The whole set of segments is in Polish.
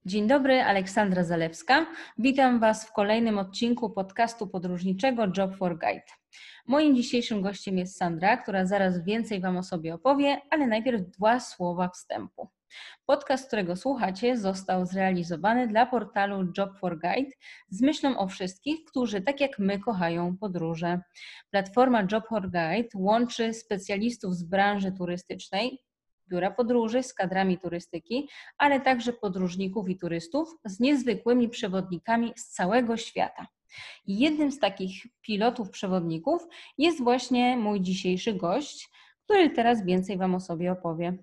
Dzień dobry, Aleksandra Zalewska. Witam Was w kolejnym odcinku podcastu podróżniczego Job for Guide. Moim dzisiejszym gościem jest Sandra, która zaraz więcej Wam o sobie opowie, ale najpierw 2 słowa wstępu. Podcast, którego słuchacie, został zrealizowany dla portalu Job for Guide z myślą o wszystkich, którzy tak jak my kochają podróże. Platforma Job for Guide łączy specjalistów z branży turystycznej, biura podróży z kadrami turystyki, ale także podróżników i turystów z niezwykłymi przewodnikami z całego świata. I jednym z takich pilotów przewodników jest właśnie mój dzisiejszy gość, który teraz więcej Wam o sobie opowie.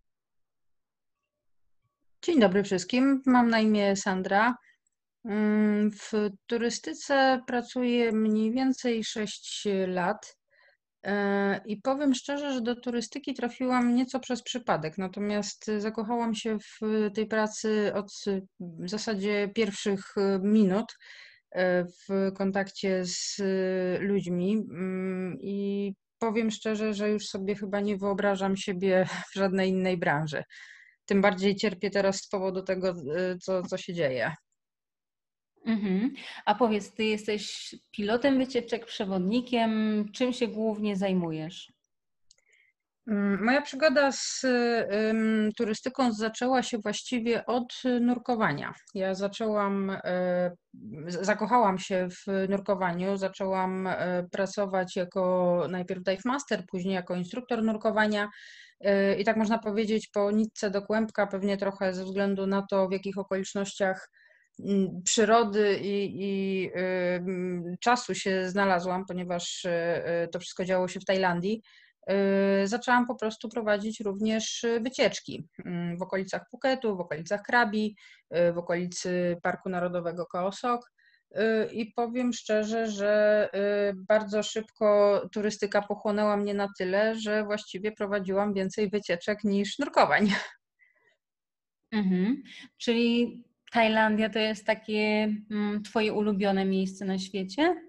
Dzień dobry wszystkim, mam na imię Sandra. W turystyce pracuję mniej więcej 6 lat i powiem szczerze, że do turystyki trafiłam nieco przez przypadek, natomiast zakochałam się w tej pracy od w zasadzie pierwszych minut w kontakcie z ludźmi i powiem szczerze, że już sobie chyba nie wyobrażam siebie w żadnej innej branży. Tym bardziej cierpię teraz z powodu tego, co się dzieje. A powiedz, Ty jesteś pilotem wycieczek, przewodnikiem, czym się głównie zajmujesz? Moja przygoda z turystyką zaczęła się właściwie od nurkowania. Ja zakochałam się w nurkowaniu, zaczęłam pracować jako najpierw dive master, później jako instruktor nurkowania. I tak można powiedzieć po nitce do kłębka, pewnie trochę ze względu na to, w jakich okolicznościach przyrody i czasu się znalazłam, ponieważ to wszystko działo się w Tajlandii. Zaczęłam po prostu prowadzić również wycieczki w okolicach Phuketu, w okolicach Krabi, w okolicy Parku Narodowego Khao Sok. I powiem szczerze, że bardzo szybko turystyka pochłonęła mnie na tyle, że właściwie prowadziłam więcej wycieczek niż nurkowań. Czyli Tajlandia to jest takie Twoje ulubione miejsce na świecie?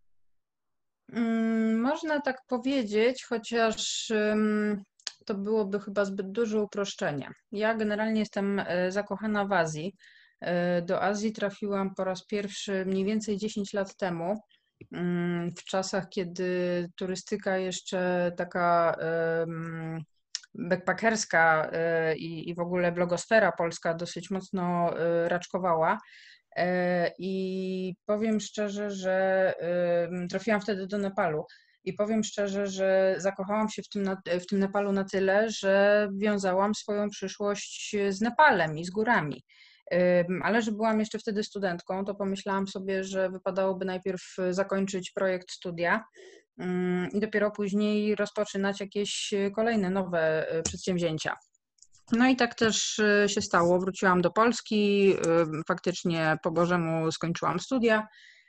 Można tak powiedzieć, chociaż to byłoby chyba zbyt duże uproszczenie. Ja generalnie jestem zakochana w Azji. Do Azji trafiłam po raz pierwszy mniej więcej 10 lat temu, w czasach, kiedy turystyka jeszcze taka backpackerska i w ogóle blogosfera polska dosyć mocno raczkowała. I powiem szczerze, że trafiłam wtedy do Nepalu. I powiem szczerze, że zakochałam się w tym Nepalu na tyle, że wiązałam swoją przyszłość z Nepalem i z górami. Ale że byłam jeszcze wtedy studentką, to pomyślałam sobie, że wypadałoby najpierw zakończyć projekt studia i dopiero później rozpoczynać jakieś kolejne nowe przedsięwzięcia. No i tak też się stało. Wróciłam do Polski, faktycznie po Bożemu skończyłam studia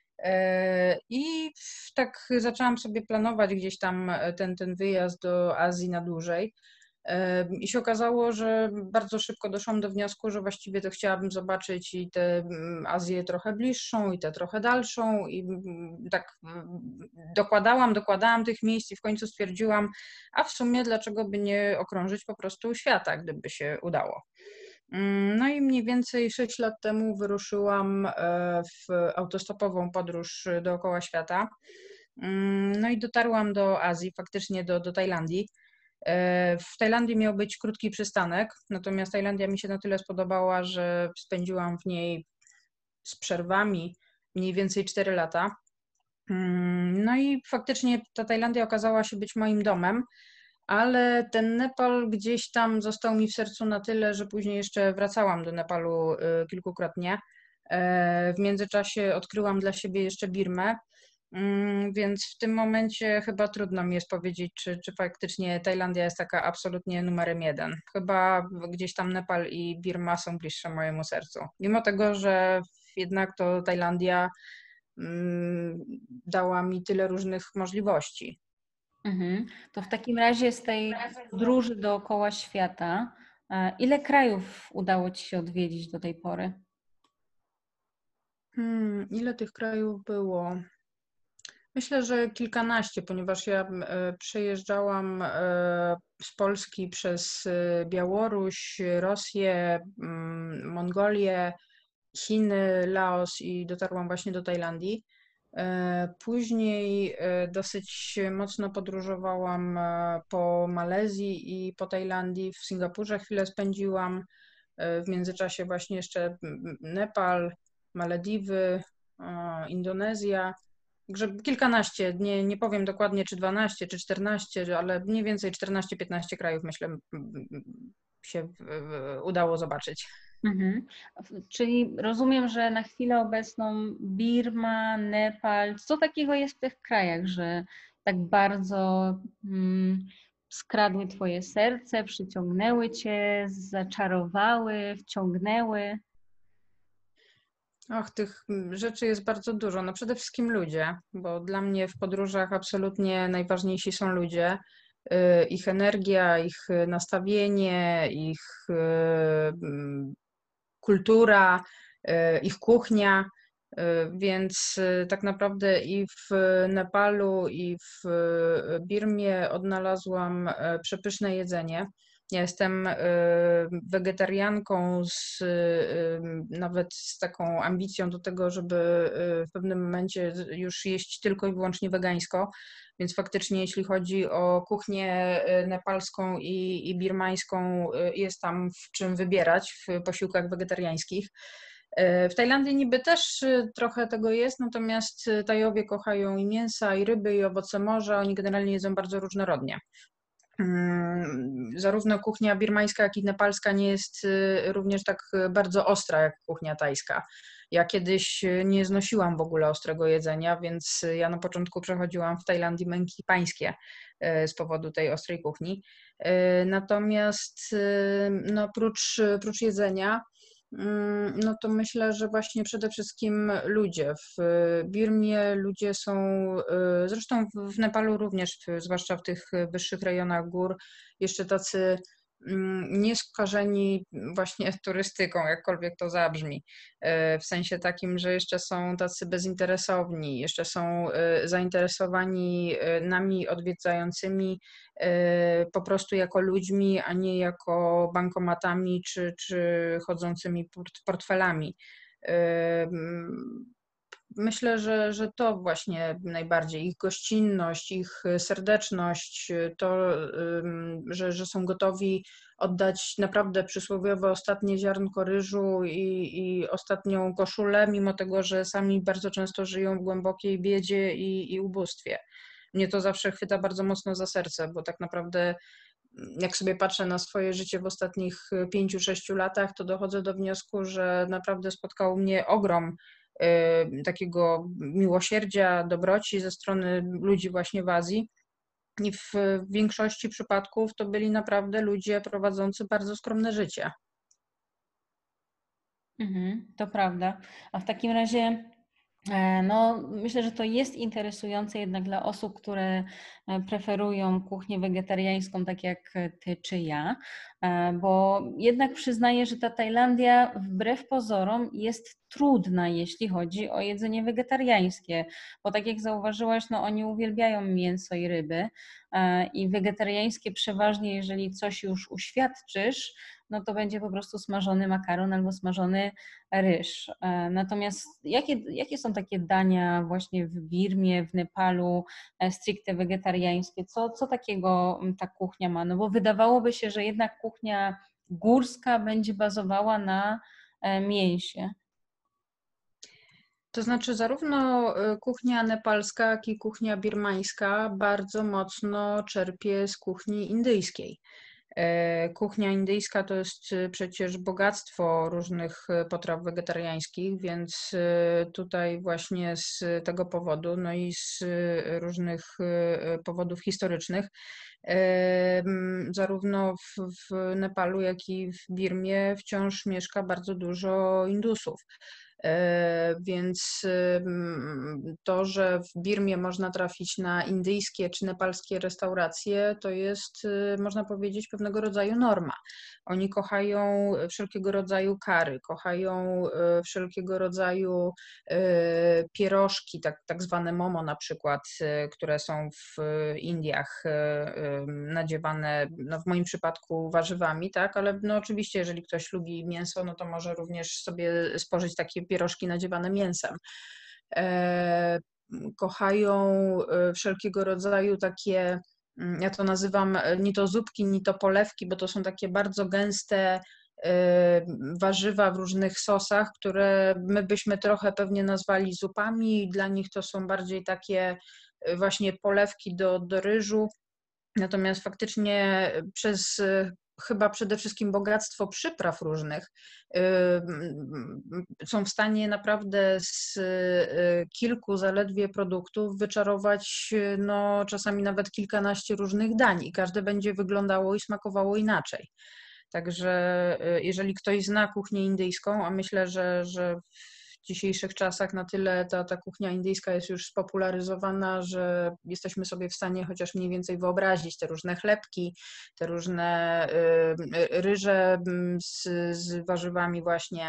i tak zaczęłam sobie planować gdzieś tam ten wyjazd do Azji na dłużej. I się okazało, że bardzo szybko doszłam do wniosku, że właściwie to chciałabym zobaczyć i tę Azję trochę bliższą, i tę trochę dalszą. I tak dokładałam tych miejsc i w końcu stwierdziłam, a w sumie dlaczego by nie okrążyć po prostu świata, gdyby się udało. No i mniej więcej 6 lat temu wyruszyłam w autostopową podróż dookoła świata. No i dotarłam do Azji, faktycznie do Tajlandii. W Tajlandii miał być krótki przystanek, natomiast Tajlandia mi się na tyle spodobała, że spędziłam w niej z przerwami mniej więcej 4 lata. No i faktycznie ta Tajlandia okazała się być moim domem, ale ten Nepal gdzieś tam został mi w sercu na tyle, że później jeszcze wracałam do Nepalu kilkukrotnie. W międzyczasie odkryłam dla siebie jeszcze Birmę. Więc w tym momencie chyba trudno mi jest powiedzieć, czy faktycznie Tajlandia jest taka absolutnie numerem 1. Chyba gdzieś tam Nepal i Birma są bliższe mojemu sercu. Mimo tego, że jednak to Tajlandia dała mi tyle różnych możliwości. To w takim razie z tej podróży dookoła świata, ile krajów udało Ci się odwiedzić do tej pory? Ile tych krajów było? Myślę, że kilkanaście, ponieważ ja przejeżdżałam z Polski przez Białoruś, Rosję, Mongolię, Chiny, Laos i dotarłam właśnie do Tajlandii. Później dosyć mocno podróżowałam po Malezji i po Tajlandii. W Singapurze chwilę spędziłam. W międzyczasie właśnie jeszcze Nepal, Malediwy, Indonezja. Także kilkanaście, nie powiem dokładnie czy 12, czy 14, ale mniej więcej 14-15 krajów myślę się udało zobaczyć. Mhm. Czyli rozumiem, że na chwilę obecną Birma, Nepal, co takiego jest w tych krajach, że tak bardzo skradły Twoje serce, przyciągnęły Cię, zaczarowały, wciągnęły? Och, tych rzeczy jest bardzo dużo. No przede wszystkim ludzie, bo dla mnie w podróżach absolutnie najważniejsi są ludzie. Ich energia, ich nastawienie, ich kultura, ich kuchnia. Więc tak naprawdę i w Nepalu, i w Birmie odnalazłam przepyszne jedzenie. Ja jestem wegetarianką nawet z taką ambicją do tego, żeby w pewnym momencie już jeść tylko i wyłącznie wegańsko. Więc faktycznie, jeśli chodzi o kuchnię nepalską i birmańską, jest tam w czym wybierać w posiłkach wegetariańskich. W Tajlandii niby też trochę tego jest, natomiast Tajowie kochają i mięsa, i ryby, i owoce morza. Oni generalnie jedzą bardzo różnorodnie. Zarówno kuchnia birmańska, jak i nepalska nie jest również tak bardzo ostra jak kuchnia tajska. Ja kiedyś nie znosiłam w ogóle ostrego jedzenia, więc ja na początku przechodziłam w Tajlandii męki pańskie z powodu tej ostrej kuchni. Natomiast no, prócz jedzenia, no to myślę, że właśnie przede wszystkim ludzie. W Birmie ludzie są, zresztą w Nepalu również, zwłaszcza w tych wyższych rejonach gór, jeszcze tacy nieskażeni właśnie turystyką, jakkolwiek to zabrzmi. W sensie takim, że jeszcze są tacy bezinteresowni, jeszcze są zainteresowani nami odwiedzającymi po prostu jako ludźmi, a nie jako bankomatami czy chodzącymi portfelami. Myślę, że to właśnie najbardziej ich gościnność, ich serdeczność, to, że są gotowi oddać naprawdę przysłowiowe ostatnie ziarnko ryżu i ostatnią koszulę, mimo tego, że sami bardzo często żyją w głębokiej biedzie i ubóstwie. Mnie to zawsze chwyta bardzo mocno za serce, bo tak naprawdę jak sobie patrzę na swoje życie w ostatnich 5-6 latach, to dochodzę do wniosku, że naprawdę spotkał mnie ogrom takiego miłosierdzia, dobroci ze strony ludzi właśnie w Azji. I w większości przypadków to byli naprawdę ludzie prowadzący bardzo skromne życie. To prawda. A w takim razie no, myślę, że to jest interesujące jednak dla osób, które preferują kuchnię wegetariańską, tak jak ty czy ja, bo jednak przyznaję, że ta Tajlandia wbrew pozorom jest trudna, jeśli chodzi o jedzenie wegetariańskie, bo tak jak zauważyłaś, no oni uwielbiają mięso i ryby i wegetariańskie przeważnie, jeżeli coś już uświadczysz, no to będzie po prostu smażony makaron albo smażony ryż. Natomiast jakie są takie dania właśnie w Birmie, w Nepalu, stricte wegetariańskie? Co takiego ta kuchnia ma? No bo wydawałoby się, że jednak kuchnia górska będzie bazowała na mięsie. To znaczy, zarówno kuchnia nepalska, jak i kuchnia birmańska bardzo mocno czerpie z kuchni indyjskiej. Kuchnia indyjska to jest przecież bogactwo różnych potraw wegetariańskich, więc tutaj właśnie z tego powodu, no i z różnych powodów historycznych, zarówno w Nepalu, jak i w Birmie wciąż mieszka bardzo dużo Indusów. Więc to, że w Birmie można trafić na indyjskie czy nepalskie restauracje, to jest, można powiedzieć, pewnego rodzaju norma. Oni kochają wszelkiego rodzaju kary, kochają wszelkiego rodzaju pierożki, tak zwane momo na przykład, które są w Indiach nadziewane, no w moim przypadku warzywami, tak, ale no oczywiście, jeżeli ktoś lubi mięso, no to może również sobie spożyć takie pierożki nadziewane mięsem. Kochają wszelkiego rodzaju takie, ja to nazywam ni to zupki, ni to polewki, bo to są takie bardzo gęste warzywa w różnych sosach, które my byśmy trochę pewnie nazwali zupami. Dla nich to są bardziej takie właśnie polewki do ryżu. Natomiast faktycznie przez chyba przede wszystkim bogactwo przypraw różnych są w stanie naprawdę z kilku zaledwie produktów wyczarować no, czasami nawet kilkanaście różnych dań i każde będzie wyglądało i smakowało inaczej. Także jeżeli ktoś zna kuchnię indyjską, a myślę, że w dzisiejszych czasach na tyle ta kuchnia indyjska jest już spopularyzowana, że jesteśmy sobie w stanie chociaż mniej więcej wyobrazić te różne chlebki, te różne ryże z warzywami właśnie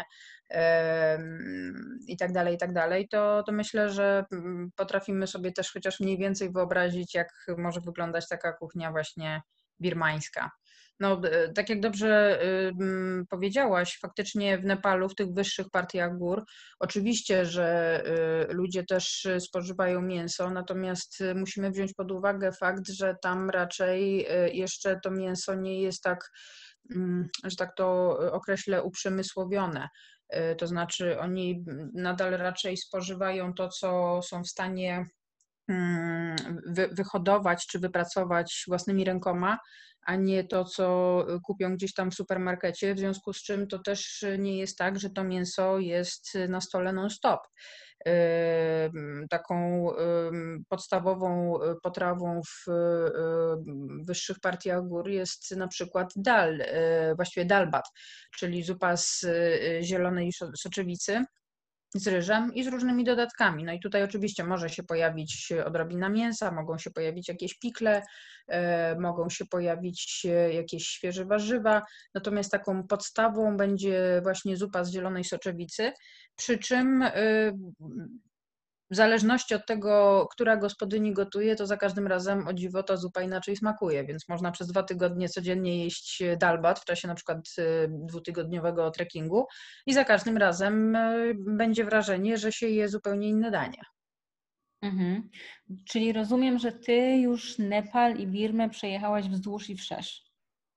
i tak dalej, to myślę, że potrafimy sobie też chociaż mniej więcej wyobrazić, jak może wyglądać taka kuchnia właśnie birmańska. No, tak jak dobrze powiedziałaś, faktycznie w Nepalu, w tych wyższych partiach gór, oczywiście, że ludzie też spożywają mięso, natomiast musimy wziąć pod uwagę fakt, że tam raczej jeszcze to mięso nie jest tak, że tak to określę, uprzemysłowione. To znaczy oni nadal raczej spożywają to, co są w stanie wyhodować czy wypracować własnymi rękoma, a nie to, co kupią gdzieś tam w supermarkecie, w związku z czym to też nie jest tak, że to mięso jest na stole non-stop. Taką podstawową potrawą w wyższych partiach gór jest na przykład właściwie dalbat, czyli zupa z zielonej soczewicy, z ryżem i z różnymi dodatkami. No i tutaj oczywiście może się pojawić odrobina mięsa, mogą się pojawić jakieś pikle, mogą się pojawić jakieś świeże warzywa, natomiast taką podstawą będzie właśnie zupa z zielonej soczewicy, przy czym w zależności od tego, która gospodyni gotuje, to za każdym razem o dziwo ta zupa inaczej smakuje, więc można przez 2 tygodnie codziennie jeść dalbat w czasie na przykład 2-tygodniowego trekkingu i za każdym razem będzie wrażenie, że się je zupełnie inne danie. Mhm. Czyli rozumiem, że ty już Nepal i Birmę przejechałaś wzdłuż i wszerz.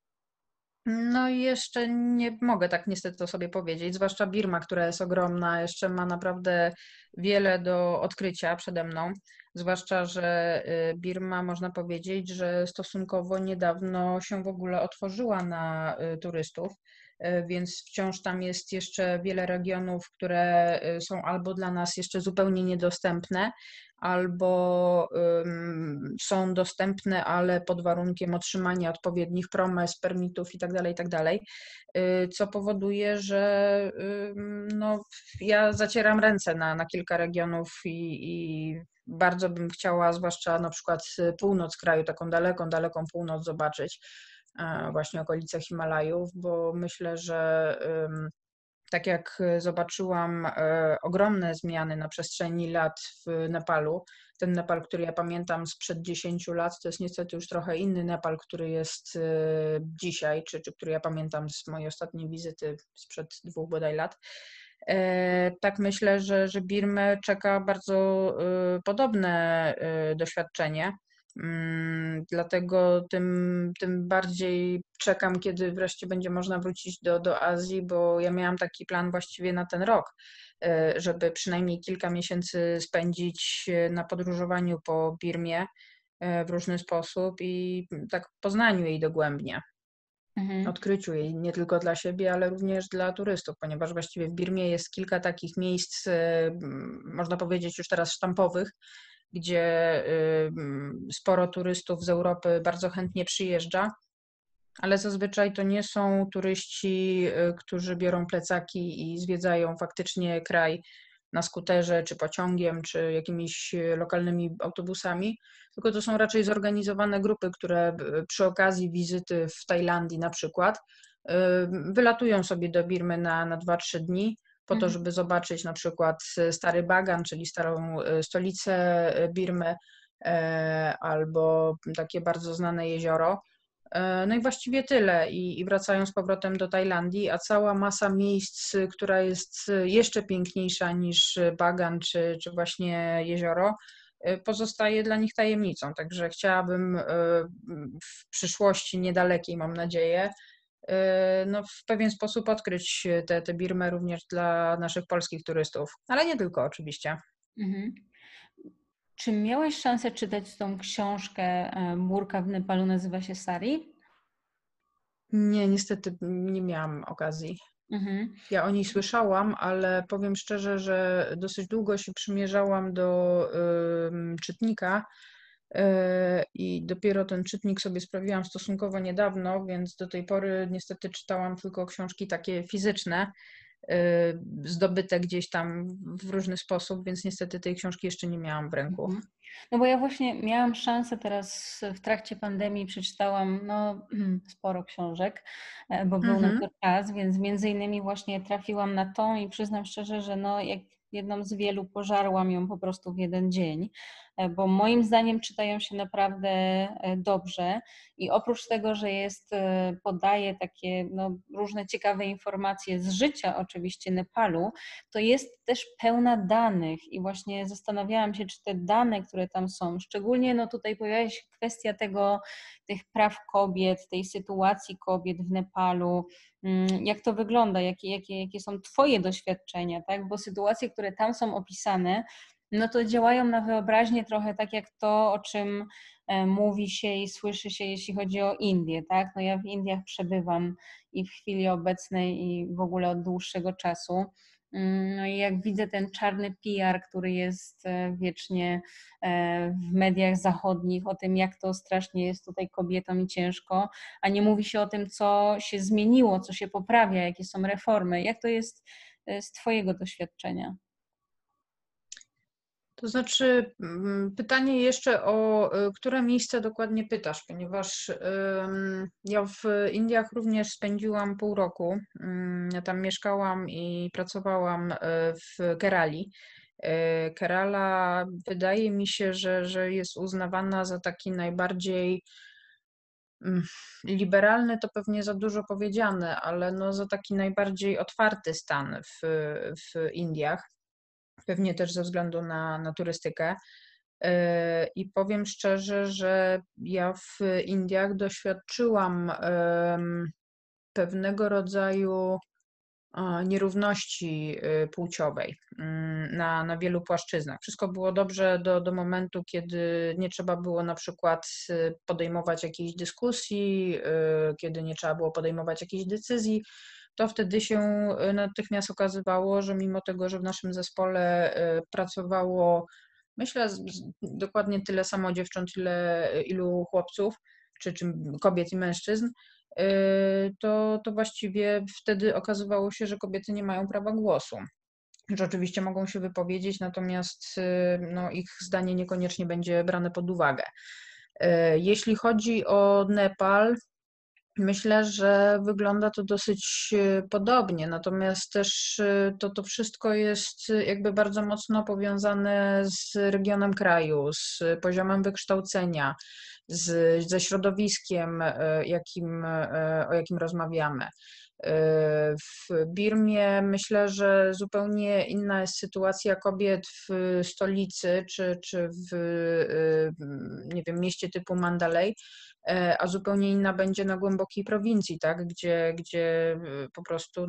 No i jeszcze nie mogę tak niestety o sobie powiedzieć, zwłaszcza Birma, która jest ogromna, jeszcze ma naprawdę wiele do odkrycia przede mną, zwłaszcza, że Birma można powiedzieć, że stosunkowo niedawno się w ogóle otworzyła na turystów, więc wciąż tam jest jeszcze wiele regionów, które są albo dla nas jeszcze zupełnie niedostępne, albo są dostępne, ale pod warunkiem otrzymania odpowiednich promes, permitów itd., co powoduje, że no, ja zacieram ręce na kilka regionów i bardzo bym chciała, zwłaszcza na przykład północ kraju, taką daleką północ zobaczyć, właśnie okolice Himalajów, bo myślę, że tak jak zobaczyłam ogromne zmiany na przestrzeni lat w Nepalu, ten Nepal, który ja pamiętam sprzed 10 lat, to jest niestety już trochę inny Nepal, który jest dzisiaj, czy który ja pamiętam z mojej ostatniej wizyty sprzed 2 bodaj lat. Tak myślę, że Birmę czeka bardzo podobne doświadczenie. Dlatego tym bardziej czekam, kiedy wreszcie będzie można wrócić do Azji, bo ja miałam taki plan właściwie na ten rok, żeby kilka miesięcy spędzić na podróżowaniu po Birmie w różny sposób i tak poznaniu jej dogłębnie. Odkryciu jej nie tylko dla siebie, ale również dla turystów, ponieważ właściwie w Birmie jest kilka takich miejsc, można powiedzieć już teraz sztampowych, gdzie sporo turystów z Europy bardzo chętnie przyjeżdża, ale zazwyczaj to nie są turyści, którzy biorą plecaki i zwiedzają faktycznie kraj na skuterze, czy pociągiem, czy jakimiś lokalnymi autobusami, tylko to są raczej zorganizowane grupy, które przy okazji wizyty w Tajlandii na przykład wylatują sobie do Birmy na 2-3 dni po to, Mhm. żeby zobaczyć na przykład Stary Bagan, czyli starą stolicę Birmy, albo takie bardzo znane jezioro. No i właściwie tyle. I wracają z powrotem do Tajlandii, a cała masa miejsc, która jest jeszcze piękniejsza niż Bagan czy właśnie jezioro, pozostaje dla nich tajemnicą. Także chciałabym w przyszłości niedalekiej, mam nadzieję, no w pewien sposób odkryć tę Birmę również dla naszych polskich turystów, ale nie tylko oczywiście. Mhm. Czy miałeś szansę czytać tą książkę Burka w Nepalu nazywa się Sari? Nie, niestety nie miałam okazji. Mhm. Ja o niej słyszałam, ale powiem szczerze, że dosyć długo się przymierzałam do czytnika i dopiero ten czytnik sobie sprawiłam stosunkowo niedawno, więc do tej pory niestety czytałam tylko książki takie fizyczne, y, zdobyte gdzieś tam w różny sposób, więc niestety tej książki jeszcze nie miałam w ręku. Mhm. No bo ja właśnie miałam szansę teraz w trakcie pandemii, przeczytałam no, sporo książek, bo był na Mhm. to czas, więc między innymi właśnie trafiłam na tą i przyznam szczerze, że no, jak jedną z wielu pożarłam ją po prostu w jeden dzień, bo moim zdaniem czytają się naprawdę dobrze i oprócz tego, że jest, podaje takie no, różne ciekawe informacje z życia oczywiście Nepalu, to jest też pełna danych i właśnie zastanawiałam się, czy te dane, które tam są, szczególnie no tutaj pojawia się kwestia tego, tych praw kobiet, tej sytuacji kobiet w Nepalu, jak to wygląda, jakie są Twoje doświadczenia, tak? Bo sytuacje, które tam są opisane, no to działają na wyobraźnię trochę tak jak to, o czym mówi się i słyszy się, jeśli chodzi o Indię, tak? No ja w Indiach przebywam i w chwili obecnej i w ogóle od dłuższego czasu. No i jak widzę ten czarny PR, który jest wiecznie w mediach zachodnich, o tym, jak to strasznie jest tutaj kobietom i ciężko, a nie mówi się o tym, co się zmieniło, co się poprawia, jakie są reformy. Jak to jest z Twojego doświadczenia? To znaczy, pytanie jeszcze o które miejsce dokładnie pytasz, ponieważ ja w Indiach również spędziłam pół roku. Ja tam mieszkałam i pracowałam w Kerali. Kerala wydaje mi się, że jest uznawana za taki najbardziej mm, liberalny, to pewnie za dużo powiedziane, ale no za taki najbardziej otwarty stan w Indiach. Pewnie też ze względu na turystykę. I powiem szczerze, że ja w Indiach doświadczyłam pewnego rodzaju nierówności płciowej na wielu płaszczyznach. Wszystko było dobrze do momentu, kiedy nie trzeba było na przykład podejmować jakiejś dyskusji, kiedy nie trzeba było podejmować jakiejś decyzji. To wtedy się natychmiast okazywało, że mimo tego, że w naszym zespole pracowało, myślę, dokładnie tyle samo dziewcząt, ilu chłopców, czy kobiet i mężczyzn, to właściwie wtedy okazywało się, że kobiety nie mają prawa głosu. Że oczywiście mogą się wypowiedzieć, natomiast no, ich zdanie niekoniecznie będzie brane pod uwagę. Jeśli chodzi o Nepal, myślę, że wygląda to dosyć podobnie, natomiast też to wszystko jest jakby bardzo mocno powiązane z regionem kraju, z poziomem wykształcenia, ze środowiskiem, o jakim rozmawiamy. W Birmie myślę, że zupełnie inna jest sytuacja kobiet w stolicy czy w nie wiem, mieście typu Mandalay, a zupełnie inna będzie na głębokiej prowincji, tak? Gdzie po prostu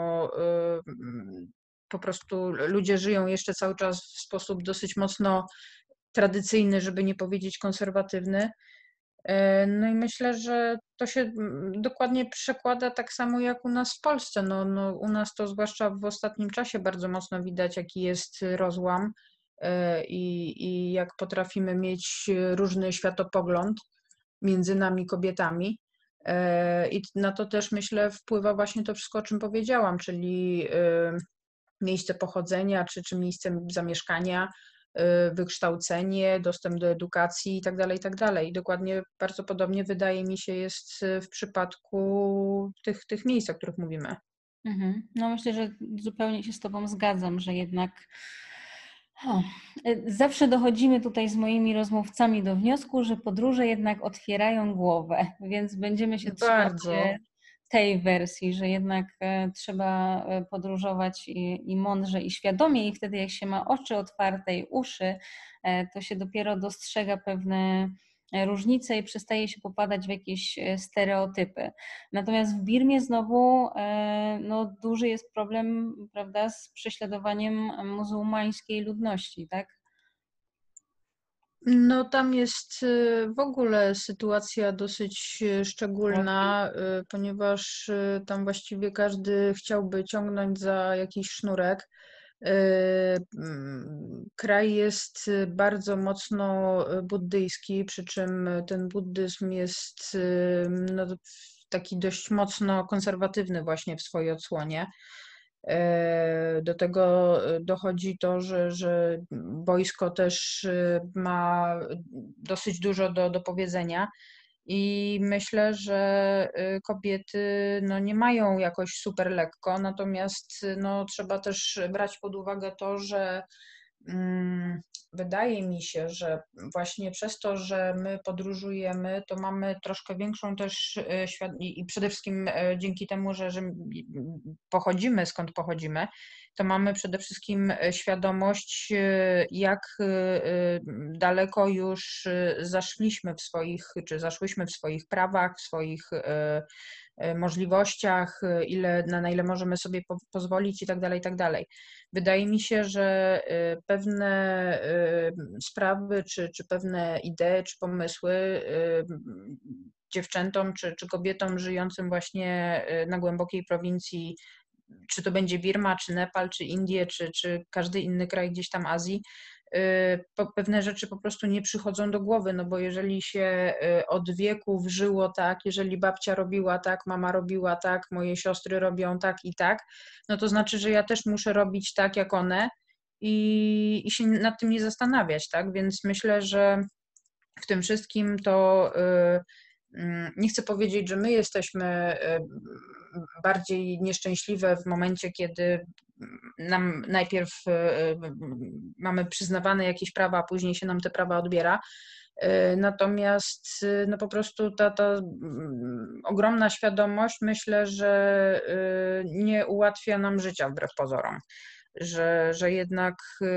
po prostu ludzie żyją jeszcze cały czas w sposób dosyć mocno tradycyjny, żeby nie powiedzieć konserwatywny. No i myślę, że to się dokładnie przekłada tak samo jak u nas w Polsce. No, u nas to zwłaszcza w ostatnim czasie bardzo mocno widać, jaki jest rozłam i jak potrafimy mieć różny światopogląd między nami kobietami. I na to też myślę wpływa właśnie to wszystko, o czym powiedziałam, czyli miejsce pochodzenia, czy miejsce zamieszkania, wykształcenie, dostęp do edukacji itd., itd. I dokładnie bardzo podobnie wydaje mi się jest w przypadku tych miejsc, o których mówimy. No myślę, że zupełnie się z Tobą zgadzam, że jednak zawsze dochodzimy tutaj z moimi rozmówcami do wniosku, że podróże jednak otwierają głowę, więc będziemy się trzymać Bardzo. tej wersji, że jednak trzeba podróżować i mądrze i świadomie i wtedy jak się ma oczy otwarte i uszy, to się dopiero dostrzega pewne różnice i przestaje się popadać w jakieś stereotypy. Natomiast w Birmie znowu no, duży jest problem, prawda, z prześladowaniem muzułmańskiej ludności, tak? No tam jest w ogóle sytuacja dosyć szczególna, ponieważ tam właściwie każdy chciałby ciągnąć za jakiś sznurek. Kraj jest bardzo mocno buddyjski, przy czym ten buddyzm jest no, taki dość mocno konserwatywny właśnie w swojej odsłonie. Do tego dochodzi to, że wojsko też ma dosyć dużo do powiedzenia i myślę, że kobiety no, nie mają jakoś super lekko, natomiast no, trzeba też brać pod uwagę to, że wydaje mi się, że właśnie przez to, że my podróżujemy, to mamy troszkę większą też i przede wszystkim dzięki temu, że pochodzimy skąd pochodzimy, to mamy przede wszystkim świadomość, jak daleko już zaszliśmy w swoich, czy zaszłyśmy w swoich prawach, w swoich możliwościach, na ile możemy sobie pozwolić i tak dalej, i tak dalej. Wydaje mi się, że pewne sprawy, czy pewne idee, czy pomysły dziewczętom, czy kobietom żyjącym właśnie na głębokiej prowincji, czy to będzie Birma, czy Nepal, czy Indie, czy każdy inny kraj gdzieś tam Azji, pewne rzeczy po prostu nie przychodzą do głowy, no bo jeżeli się od wieków żyło tak, jeżeli babcia robiła tak, mama robiła tak, moje siostry robią tak i tak, no to znaczy, że ja też muszę robić tak jak one i się nad tym nie zastanawiać, tak? Więc myślę, że w tym wszystkim to nie chcę powiedzieć, że my jesteśmy bardziej nieszczęśliwe w momencie, kiedy nam najpierw mamy przyznawane jakieś prawa, a później się nam te prawa odbiera. Natomiast no po prostu ta ogromna świadomość myślę, że nie ułatwia nam życia wbrew pozorom. Że jednak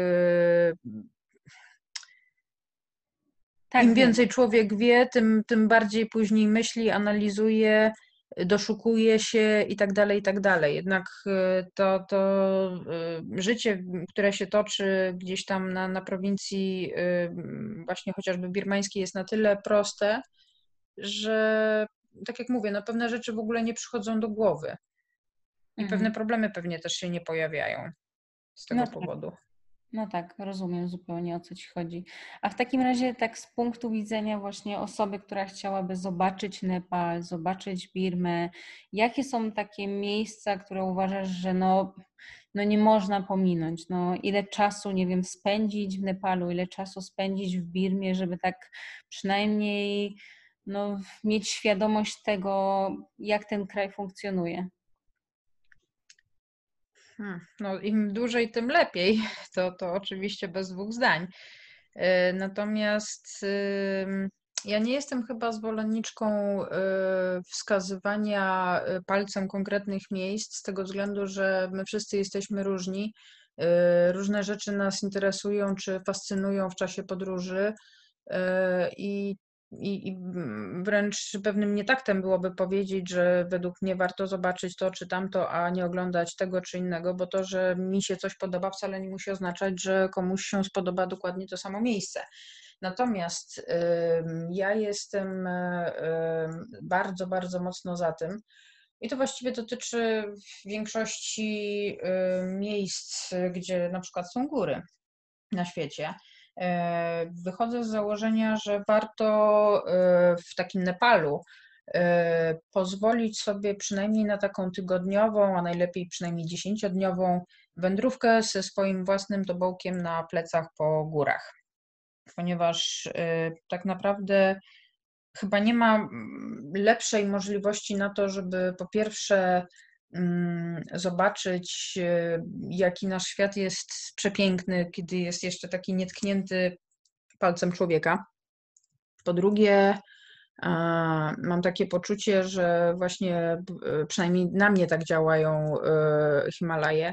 Tak, im wiem. więcej człowiek wie, tym bardziej później myśli, analizuje, doszukuje się i tak dalej, i tak dalej. Jednak to życie, które się toczy gdzieś tam na prowincji właśnie chociażby birmańskiej jest na tyle proste, że tak jak mówię, no pewne rzeczy w ogóle nie przychodzą do głowy i pewne Mhm. problemy pewnie też się nie pojawiają z No tego tak. powodu. No tak, rozumiem zupełnie o co Ci chodzi. A w takim razie, tak z punktu widzenia właśnie osoby, która chciałaby zobaczyć Nepal, zobaczyć Birmę, jakie są takie miejsca, które uważasz, że no nie można pominąć? No, ile czasu, nie wiem, spędzić w Nepalu, ile czasu spędzić w Birmie, żeby tak przynajmniej no, mieć świadomość tego, jak ten kraj funkcjonuje? No, im dłużej, tym lepiej. To oczywiście bez dwóch zdań. Natomiast ja nie jestem chyba zwolenniczką wskazywania palcem konkretnych miejsc, z tego względu, że my wszyscy jesteśmy różni. Różne rzeczy nas interesują czy fascynują w czasie podróży. I wręcz pewnym nietaktem byłoby powiedzieć, że według mnie warto zobaczyć to czy tamto, a nie oglądać tego czy innego, bo to, że mi się coś podoba, wcale nie musi oznaczać, że komuś się spodoba dokładnie to samo miejsce. Natomiast ja jestem bardzo, bardzo mocno za tym, i to właściwie dotyczy w większości miejsc, gdzie na przykład są góry na świecie. Wychodzę z założenia, że warto w takim Nepalu pozwolić sobie przynajmniej na taką tygodniową, a najlepiej przynajmniej 10-dniową wędrówkę ze swoim własnym tobołkiem na plecach po górach. Ponieważ tak naprawdę chyba nie ma lepszej możliwości na to, żeby po pierwsze zobaczyć, jaki nasz świat jest przepiękny, kiedy jest jeszcze taki nietknięty palcem człowieka. Po drugie, mam takie poczucie, że właśnie przynajmniej na mnie tak działają Himalaje.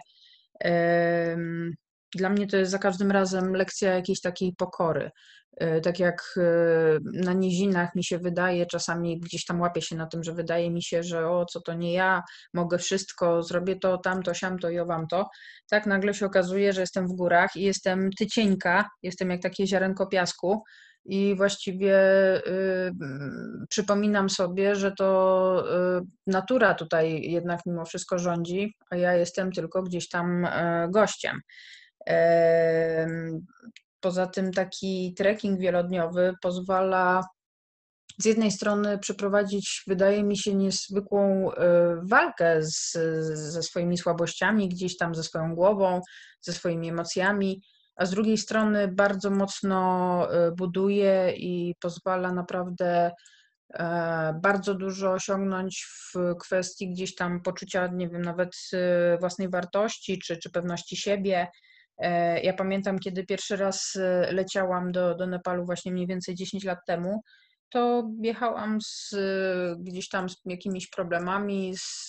Dla mnie to jest za każdym razem lekcja jakiejś takiej pokory. Tak jak na nizinach mi się wydaje, czasami gdzieś tam łapię się na tym, że wydaje mi się, że o, co to nie ja, mogę wszystko, zrobię to, tamto, siamto i owam to. Tak nagle się okazuje, że jestem w górach i jestem tycieńka, jestem jak takie ziarenko piasku i właściwie przypominam sobie, że to natura tutaj jednak mimo wszystko rządzi, a ja jestem tylko gdzieś tam gościem. Poza tym taki trekking wielodniowy pozwala z jednej strony przeprowadzić, wydaje mi się, niezwykłą walkę ze swoimi słabościami, gdzieś tam ze swoją głową, ze swoimi emocjami, a z drugiej strony bardzo mocno buduje i pozwala naprawdę bardzo dużo osiągnąć w kwestii gdzieś tam poczucia, nie wiem, nawet własnej wartości czy pewności siebie. Ja pamiętam, kiedy pierwszy raz leciałam do Nepalu właśnie mniej więcej 10 lat temu, to jechałam gdzieś tam z jakimiś problemami, z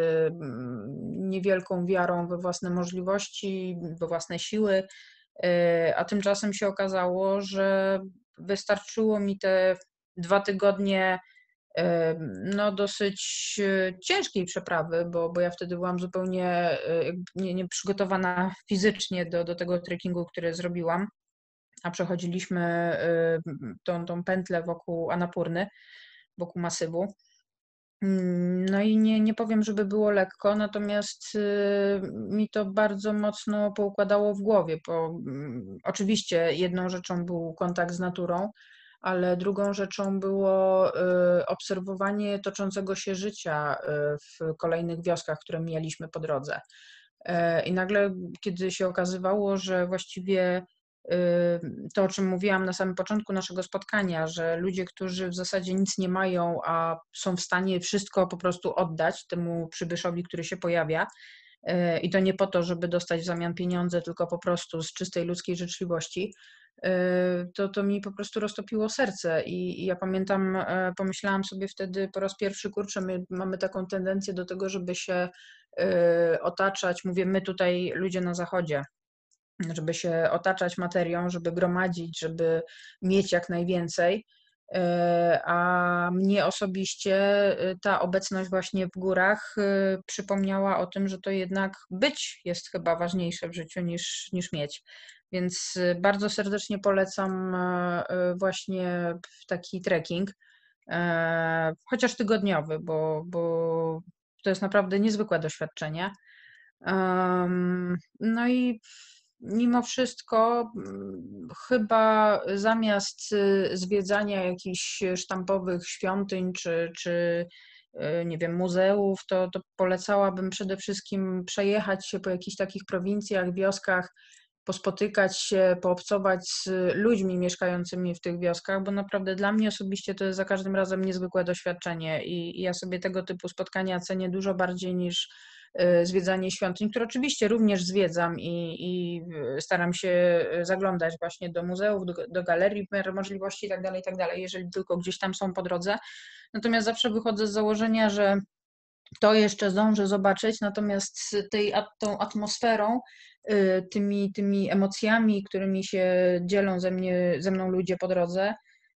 niewielką wiarą we własne możliwości, we własne siły, a tymczasem się okazało, że wystarczyło mi te 2 tygodnie no, dosyć ciężkiej przeprawy, bo ja wtedy byłam zupełnie nieprzygotowana fizycznie do tego trekkingu, który zrobiłam, a przechodziliśmy tą pętlę wokół Annapurny, wokół masywu. No i nie powiem, żeby było lekko, natomiast mi to bardzo mocno poukładało w głowie, bo oczywiście jedną rzeczą był kontakt z naturą, ale drugą rzeczą było obserwowanie toczącego się życia w kolejnych wioskach, które mijaliśmy po drodze. I nagle, kiedy się okazywało, że właściwie to, o czym mówiłam na samym początku naszego spotkania, że ludzie, którzy w zasadzie nic nie mają, a są w stanie wszystko po prostu oddać temu przybyszowi, który się pojawia, i to nie po to, żeby dostać w zamian pieniądze, tylko po prostu z czystej ludzkiej życzliwości, to mi po prostu roztopiło serce. I ja pamiętam, pomyślałam sobie wtedy po raz pierwszy, kurczę, my mamy taką tendencję do tego, żeby się otaczać, mówię my tutaj ludzie na zachodzie, żeby się otaczać materią, żeby gromadzić, żeby mieć jak najwięcej. A mnie osobiście ta obecność właśnie w górach przypomniała o tym, że to jednak być jest chyba ważniejsze w życiu niż mieć. Więc bardzo serdecznie polecam właśnie taki trekking, chociaż tygodniowy, bo to jest naprawdę niezwykłe doświadczenie. No i mimo wszystko chyba zamiast zwiedzania jakichś sztampowych świątyń czy nie wiem, muzeów, to polecałabym przede wszystkim przejechać się po jakichś takich prowincjach, wioskach, pospotykać się, poobcować z ludźmi mieszkającymi w tych wioskach, bo naprawdę dla mnie osobiście to jest za każdym razem niezwykłe doświadczenie i ja sobie tego typu spotkania cenię dużo bardziej niż zwiedzanie świątyń, które oczywiście również zwiedzam i staram się zaglądać właśnie do muzeów, do galerii w miarę możliwości i tak dalej, jeżeli tylko gdzieś tam są po drodze. Natomiast zawsze wychodzę z założenia, że to jeszcze zdążę zobaczyć, natomiast tą atmosferą, tymi emocjami, którymi się dzielą ze mną ludzie po drodze,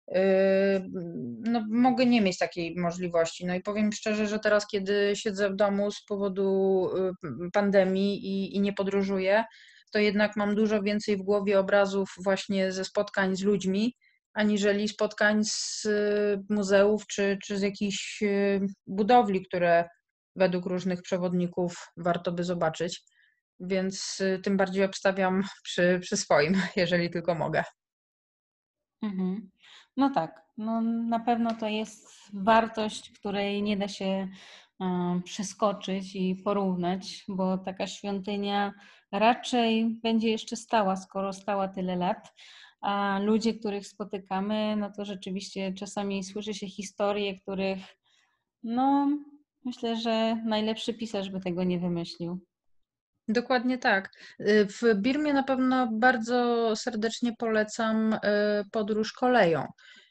no, mogę nie mieć takiej możliwości. No i powiem szczerze, że teraz, kiedy siedzę w domu z powodu pandemii i nie podróżuję, to jednak mam dużo więcej w głowie obrazów właśnie ze spotkań z ludźmi, aniżeli spotkań z muzeów czy z jakichś budowli, które według różnych przewodników warto by zobaczyć. Więc tym bardziej obstawiam przy swoim, jeżeli tylko mogę. Mhm. No tak, no na pewno to jest wartość, której nie da się przeskoczyć i porównać, bo taka świątynia raczej będzie jeszcze stała, skoro stała tyle lat. A ludzie, których spotykamy, no to rzeczywiście czasami słyszy się historie, których no myślę, że najlepszy pisarz by tego nie wymyślił. Dokładnie tak. W Birmie na pewno bardzo serdecznie polecam podróż koleją.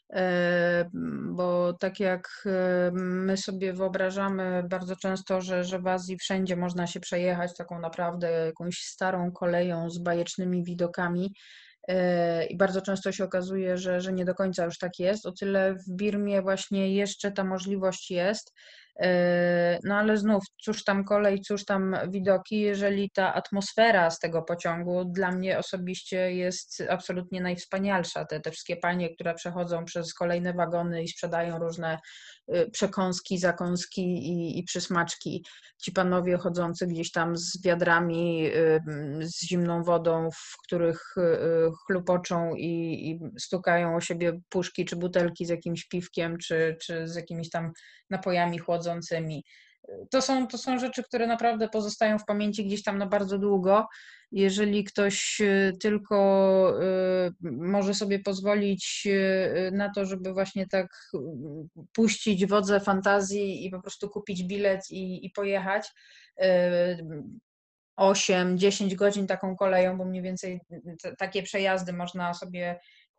Bo tak jak my sobie wyobrażamy bardzo często, że w Azji wszędzie można się przejechać taką naprawdę jakąś starą koleją z bajecznymi widokami, i bardzo często się okazuje, że nie do końca już tak jest. O tyle w Birmie właśnie jeszcze ta możliwość jest. No ale znów, cóż tam kolej, cóż tam widoki, jeżeli ta atmosfera z tego pociągu dla mnie osobiście jest absolutnie najwspanialsza. Te wszystkie panie, które przechodzą przez kolejne wagony i sprzedają różne przekąski, zakąski i przysmaczki. Ci panowie chodzący gdzieś tam z wiadrami, z zimną wodą, w których chlupoczą i stukają o siebie puszki czy butelki z jakimś piwkiem, czy z jakimiś tam napojami chłodzącymi. To są rzeczy, które naprawdę pozostają w pamięci gdzieś tam na bardzo długo. Jeżeli ktoś tylko może sobie pozwolić na to, żeby właśnie tak puścić wodze fantazji i po prostu kupić bilet i pojechać 8-10 godzin taką koleją, bo mniej więcej takie przejazdy można sobie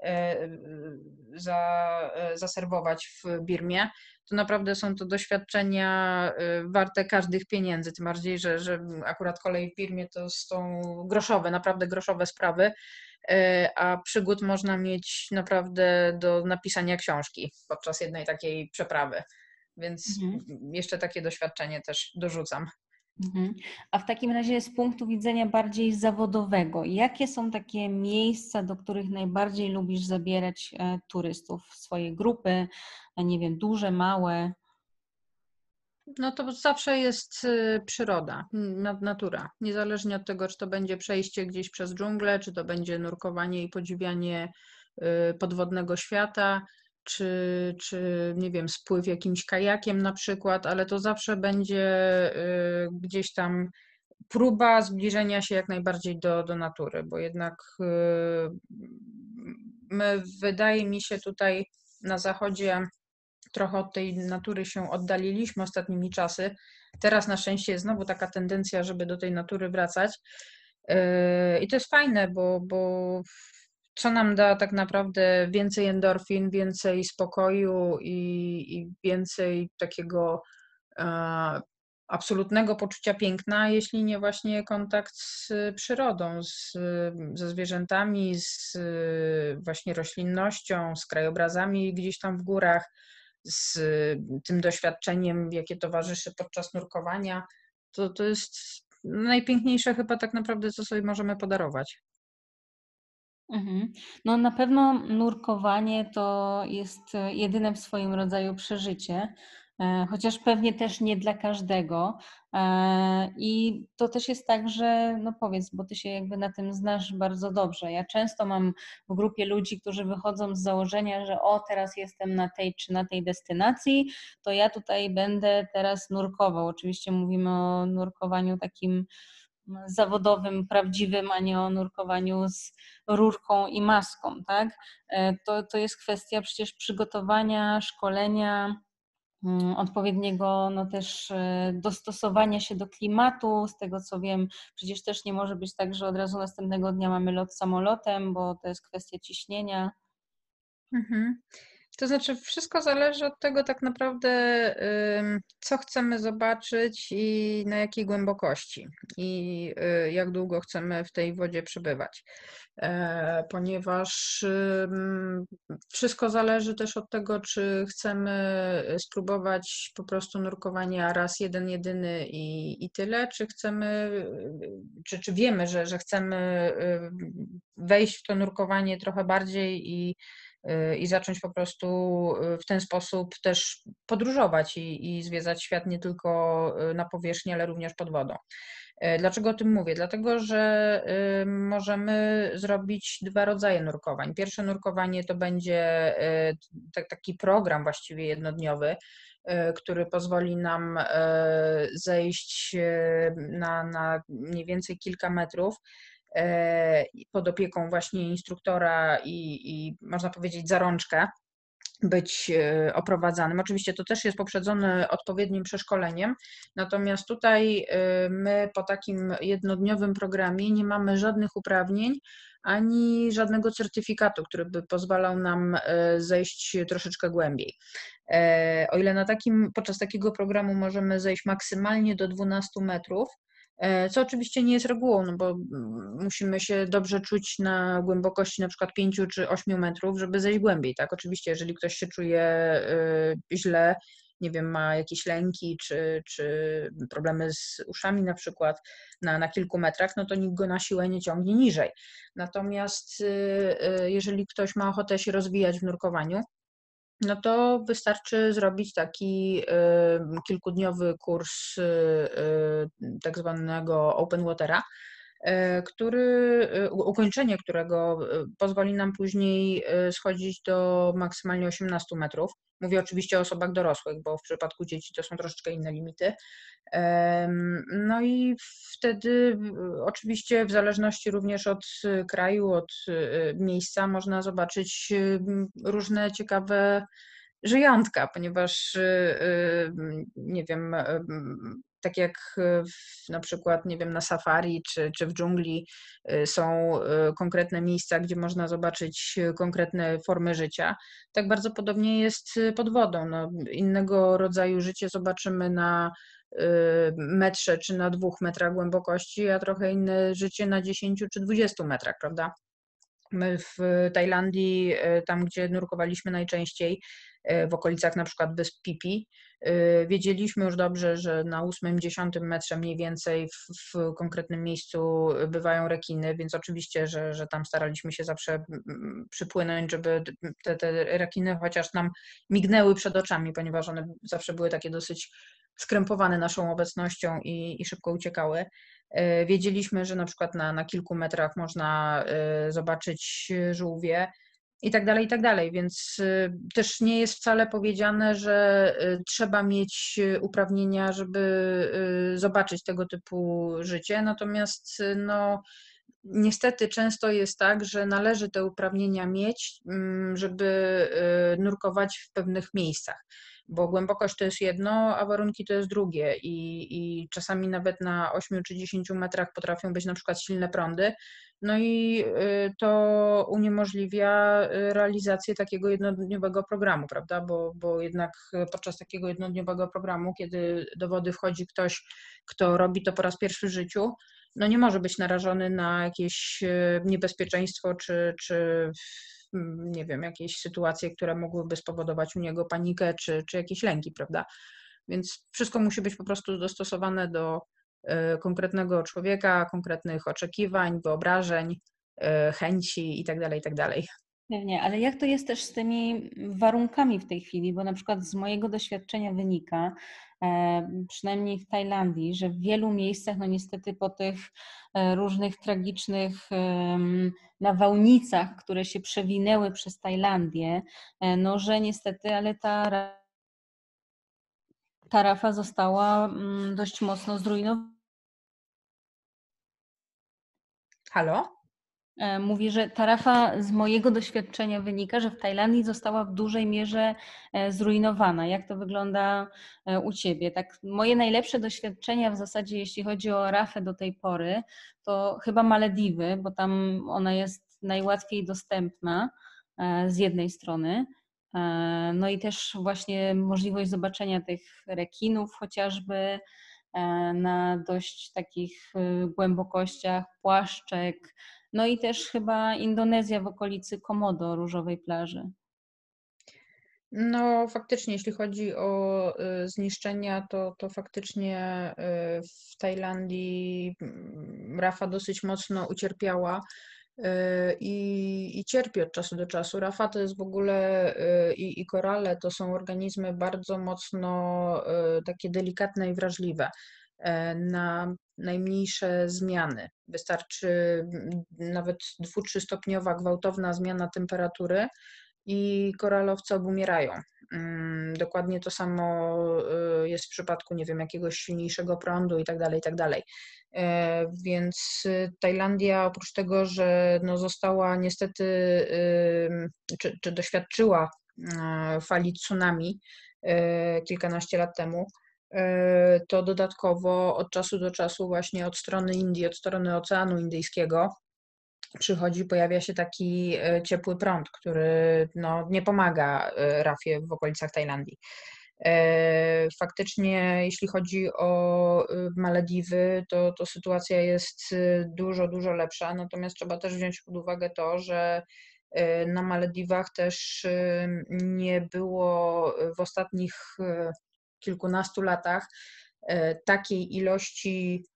zaserwować w Birmie, to naprawdę są to doświadczenia warte każdych pieniędzy, tym bardziej, że akurat kolej w Birmie to są groszowe, naprawdę groszowe sprawy, a przygód można mieć naprawdę do napisania książki podczas jednej takiej przeprawy, więc Mhm. jeszcze takie doświadczenie też dorzucam. Mhm. A w takim razie z punktu widzenia bardziej zawodowego, jakie są takie miejsca, do których najbardziej lubisz zabierać turystów, swoje grupy, nie wiem, duże, małe? No to zawsze jest przyroda, natura. Niezależnie od tego, czy to będzie przejście gdzieś przez dżunglę, czy to będzie nurkowanie i podziwianie podwodnego świata, czy nie wiem, spływ jakimś kajakiem na przykład, ale to zawsze będzie gdzieś tam próba zbliżenia się jak najbardziej do natury, bo jednak my, wydaje mi się, tutaj na zachodzie trochę od tej natury się oddaliliśmy ostatnimi czasy. Teraz na szczęście jest znowu taka tendencja, żeby do tej natury wracać. I to jest fajne, bo co nam da tak naprawdę więcej endorfin, więcej spokoju i więcej takiego e, absolutnego poczucia piękna, jeśli nie właśnie kontakt z przyrodą, ze zwierzętami, z właśnie roślinnością, z krajobrazami gdzieś tam w górach, z tym doświadczeniem, jakie towarzyszy podczas nurkowania. To jest najpiękniejsze chyba tak naprawdę, co sobie możemy podarować. Mhm. No na pewno nurkowanie to jest jedyne w swoim rodzaju przeżycie, chociaż pewnie też nie dla każdego. I to też jest tak, że no powiedz, bo ty się jakby na tym znasz bardzo dobrze. Ja często mam w grupie ludzi, którzy wychodzą z założenia, że o teraz jestem na tej czy na tej destynacji, to ja tutaj będę teraz nurkował. Oczywiście mówimy o nurkowaniu takim zawodowym, prawdziwym, a nie o nurkowaniu z rurką i maską, tak? To jest kwestia przecież przygotowania, szkolenia, odpowiedniego no też dostosowania się do klimatu. Z tego co wiem, przecież też nie może być tak, że od razu następnego dnia mamy lot samolotem, bo to jest kwestia ciśnienia. Mhm. To znaczy, wszystko zależy od tego tak naprawdę, co chcemy zobaczyć i na jakiej głębokości i jak długo chcemy w tej wodzie przebywać. Ponieważ wszystko zależy też od tego, czy chcemy spróbować po prostu nurkowania raz jeden, jedyny i tyle, czy chcemy, czy wiemy, że chcemy wejść w to nurkowanie trochę bardziej i zacząć po prostu w ten sposób też podróżować i zwiedzać świat nie tylko na powierzchni, ale również pod wodą. Dlaczego o tym mówię? Dlatego, że możemy zrobić dwa rodzaje nurkowań. Pierwsze nurkowanie to będzie taki program właściwie jednodniowy, który pozwoli nam zejść na mniej więcej kilka metrów pod opieką właśnie instruktora i można powiedzieć za rączkę być oprowadzanym. Oczywiście to też jest poprzedzone odpowiednim przeszkoleniem, natomiast tutaj my po takim jednodniowym programie nie mamy żadnych uprawnień ani żadnego certyfikatu, który by pozwalał nam zejść troszeczkę głębiej. O ile podczas takiego programu możemy zejść maksymalnie do 12 metrów, co oczywiście nie jest regułą, no bo musimy się dobrze czuć na głębokości na przykład 5 czy 8 metrów, żeby zejść głębiej, tak? Oczywiście, jeżeli ktoś się czuje źle, nie wiem, ma jakieś lęki czy problemy z uszami na przykład na kilku metrach, no to nikt go na siłę nie ciągnie niżej. Natomiast jeżeli ktoś ma ochotę się rozwijać w nurkowaniu, no to wystarczy zrobić taki kilkudniowy kurs tak zwanego open watera, ukończenie którego pozwoli nam później schodzić do maksymalnie 18 metrów. Mówię oczywiście o osobach dorosłych, bo w przypadku dzieci to są troszeczkę inne limity. No i wtedy oczywiście w zależności również od kraju, od miejsca można zobaczyć różne ciekawe żyjątka, ponieważ nie wiem, tak jak na przykład, nie wiem, na safari czy w dżungli są konkretne miejsca, gdzie można zobaczyć konkretne formy życia, tak bardzo podobnie jest pod wodą. No, innego rodzaju życie zobaczymy na metrze czy na 2 metrach głębokości, a trochę inne życie na 10 czy 20 metrach, prawda? My w Tajlandii, tam gdzie nurkowaliśmy najczęściej, w okolicach na przykład wysp Pipi, wiedzieliśmy już dobrze, że na 8-10 metrze mniej więcej w konkretnym miejscu bywają rekiny, więc oczywiście, że tam staraliśmy się zawsze przypłynąć, żeby te rekiny chociaż nam mignęły przed oczami, ponieważ one zawsze były takie dosyć skrępowane naszą obecnością i szybko uciekały. Wiedzieliśmy, że na przykład na kilku metrach można zobaczyć żółwie i tak dalej, i tak dalej, więc też nie jest wcale powiedziane, że trzeba mieć uprawnienia, żeby zobaczyć tego typu życie, natomiast no, niestety często jest tak, że należy te uprawnienia mieć, żeby nurkować w pewnych miejscach, bo głębokość to jest jedno, a warunki to jest drugie i czasami nawet na 8 czy 10 metrach potrafią być na przykład silne prądy, no i to uniemożliwia realizację takiego jednodniowego programu, prawda, bo jednak podczas takiego jednodniowego programu, kiedy do wody wchodzi ktoś, kto robi to po raz pierwszy w życiu, no nie może być narażony na jakieś niebezpieczeństwo czy nie wiem, jakieś sytuacje, które mogłyby spowodować u niego panikę czy jakieś lęki, prawda? Więc wszystko musi być po prostu dostosowane do konkretnego człowieka, konkretnych oczekiwań, wyobrażeń, chęci itd., itd. Pewnie, ale jak to jest też z tymi warunkami w tej chwili? Bo na przykład z mojego doświadczenia wynika, przynajmniej w Tajlandii, że w wielu miejscach, no niestety po tych różnych tragicznych nawałnicach, które się przewinęły przez Tajlandię, no że niestety, ale ta rafa została dość mocno zrujnowana. Halo? Mówi, że tarafa z mojego doświadczenia wynika, że w Tajlandii została w dużej mierze zrujnowana. Jak to wygląda u Ciebie? Tak, moje najlepsze doświadczenia w zasadzie, jeśli chodzi o rafę do tej pory, to chyba Malediwy, bo tam ona jest najłatwiej dostępna z jednej strony. No i też właśnie możliwość zobaczenia tych rekinów chociażby na dość takich głębokościach, płaszczek, no i też chyba Indonezja w okolicy Komodo, różowej plaży. No faktycznie, jeśli chodzi o zniszczenia, to faktycznie w Tajlandii rafa dosyć mocno ucierpiała i cierpi od czasu do czasu. Rafa to jest w ogóle i korale to są organizmy bardzo mocno takie delikatne i wrażliwe. na najmniejsze zmiany. Wystarczy nawet 2-3 stopniowa gwałtowna zmiana temperatury i koralowce obumierają. Dokładnie to samo jest w przypadku, nie wiem, jakiegoś silniejszego prądu i tak dalej, i tak dalej. Więc Tajlandia oprócz tego, że no została niestety, czy doświadczyła fali tsunami kilkanaście lat temu, to dodatkowo od czasu do czasu właśnie od strony Indii, od strony Oceanu Indyjskiego pojawia się taki ciepły prąd, który no, nie pomaga rafie w okolicach Tajlandii. Faktycznie, jeśli chodzi o Malediwy, to sytuacja jest dużo, dużo lepsza, natomiast trzeba też wziąć pod uwagę to, że na Malediwach też nie było w ostatnich kilkunastu latach takiej ilości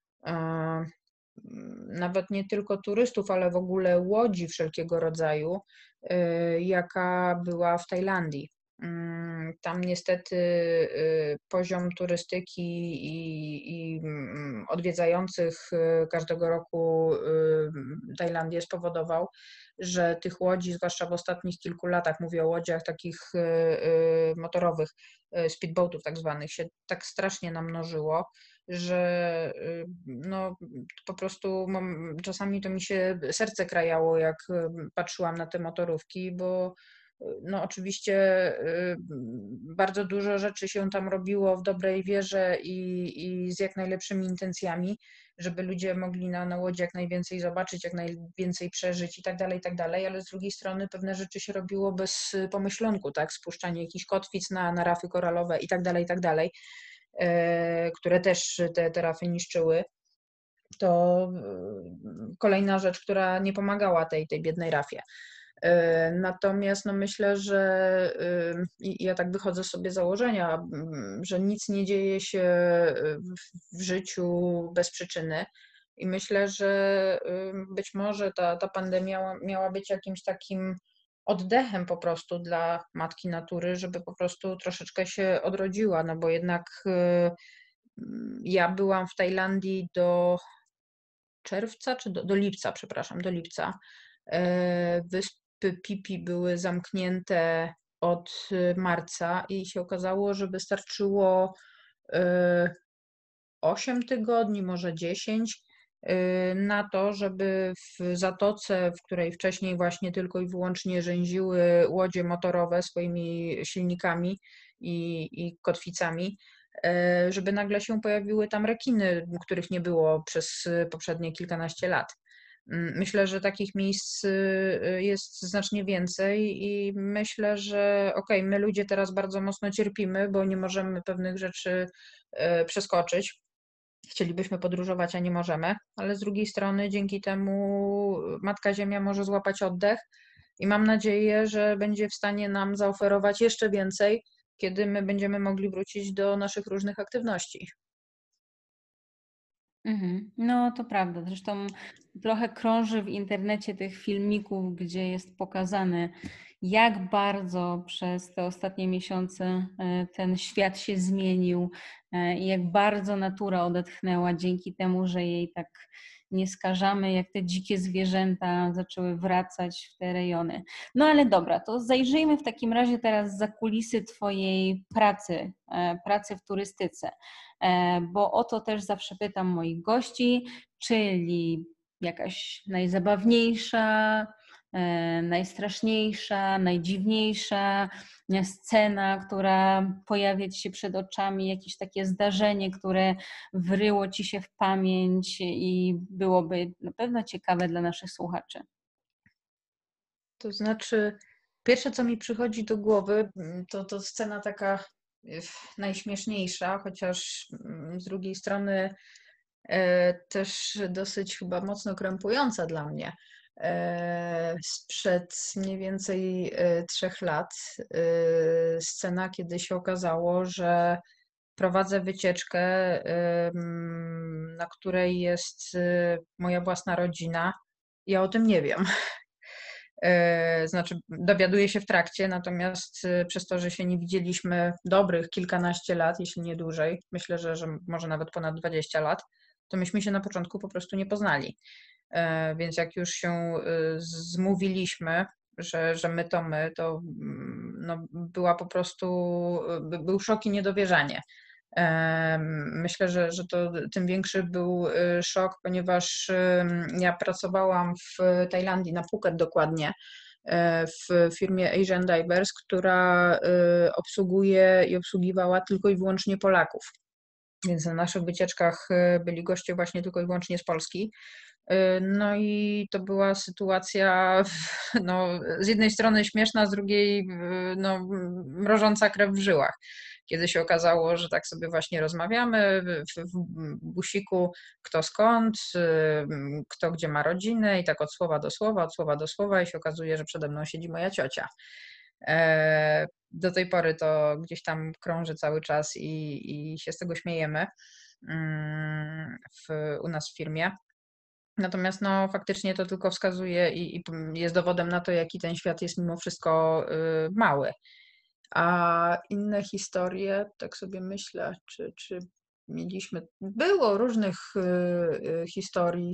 nawet nie tylko turystów, ale w ogóle łodzi wszelkiego rodzaju, jaka była w Tajlandii. Tam niestety poziom turystyki i odwiedzających każdego roku Tajlandię spowodował, że tych łodzi, zwłaszcza w ostatnich kilku latach, mówię o łodziach takich motorowych, speedboatów tak zwanych, się tak strasznie namnożyło, że no, po prostu czasami to mi się serce krajało, jak patrzyłam na te motorówki, bo no oczywiście bardzo dużo rzeczy się tam robiło w dobrej wierze i z jak najlepszymi intencjami, żeby ludzie mogli na łodzi jak najwięcej zobaczyć, jak najwięcej przeżyć i tak dalej, ale z drugiej strony pewne rzeczy się robiło bez pomyślunku, tak, spuszczanie jakichś kotwic na rafy koralowe i tak dalej, które też te rafy niszczyły. To kolejna rzecz, która nie pomagała tej biednej rafie. Natomiast no myślę, że ja tak wychodzę sobie z założenia, że nic nie dzieje się w życiu bez przyczyny i myślę, że być może ta pandemia miała być jakimś takim oddechem po prostu dla matki natury, żeby po prostu troszeczkę się odrodziła, no bo jednak ja byłam w Tajlandii do czerwca, czy do lipca, przepraszam, do lipca. Wyspy Pipi były zamknięte od marca i się okazało, że wystarczyło 8 tygodni, może 10 na to, żeby w zatoce, w której wcześniej właśnie tylko i wyłącznie rzęziły łodzie motorowe swoimi silnikami i kotwicami, żeby nagle się pojawiły tam rekiny, których nie było przez poprzednie kilkanaście lat. Myślę, że takich miejsc jest znacznie więcej i myślę, że okej, my ludzie teraz bardzo mocno cierpimy, bo nie możemy pewnych rzeczy przeskoczyć. Chcielibyśmy podróżować, a nie możemy, ale z drugiej strony dzięki temu Matka Ziemia może złapać oddech i mam nadzieję, że będzie w stanie nam zaoferować jeszcze więcej, kiedy my będziemy mogli wrócić do naszych różnych aktywności. No to prawda. Zresztą trochę krąży w internecie tych filmików, gdzie jest pokazane, jak bardzo przez te ostatnie miesiące ten świat się zmienił i jak bardzo natura odetchnęła dzięki temu, że jej tak nie skażamy, jak te dzikie zwierzęta zaczęły wracać w te rejony. No ale dobra, to zajrzyjmy w takim razie teraz za kulisy Twojej pracy w turystyce. Bo o to też zawsze pytam moich gości, czyli jakaś najzabawniejsza, najstraszniejsza, najdziwniejsza scena, która pojawia ci się przed oczami, jakieś takie zdarzenie, które wryło ci się w pamięć i byłoby na pewno ciekawe dla naszych słuchaczy. To znaczy, pierwsze co mi przychodzi do głowy, to scena taka najśmieszniejsza, chociaż z drugiej strony też dosyć chyba mocno krępująca dla mnie. Sprzed mniej więcej 3 lat scena, kiedy się okazało, że prowadzę wycieczkę, na której jest moja własna rodzina. Ja o tym nie wiem. Znaczy dowiaduje się w trakcie, natomiast przez to, że się nie widzieliśmy dobrych kilkanaście lat, jeśli nie dłużej, myślę, że może nawet ponad 20 lat, to myśmy się na początku po prostu nie poznali. Więc jak już się zmówiliśmy, że my, to no, była po prostu, był szok i niedowierzanie. Myślę, że to tym większy był szok, ponieważ ja pracowałam w Tajlandii, na Phuket dokładnie, w firmie Asian Divers, która obsługuje i obsługiwała tylko i wyłącznie Polaków. Więc na naszych wycieczkach byli goście właśnie tylko i wyłącznie z Polski. No i to była sytuacja, no, z jednej strony śmieszna, z drugiej no, mrożąca krew w żyłach. Kiedy się okazało, że tak sobie właśnie rozmawiamy w busiku, kto skąd, kto gdzie ma rodzinę i tak od słowa do słowa, od słowa do słowa i się okazuje, że przede mną siedzi moja ciocia. Do tej pory to gdzieś tam krąży cały czas i się z tego śmiejemy u nas w firmie. Natomiast no, faktycznie to tylko wskazuje i jest dowodem na to, jaki ten świat jest mimo wszystko mały. A inne historie, tak sobie myślę, czy mieliśmy. Było różnych historii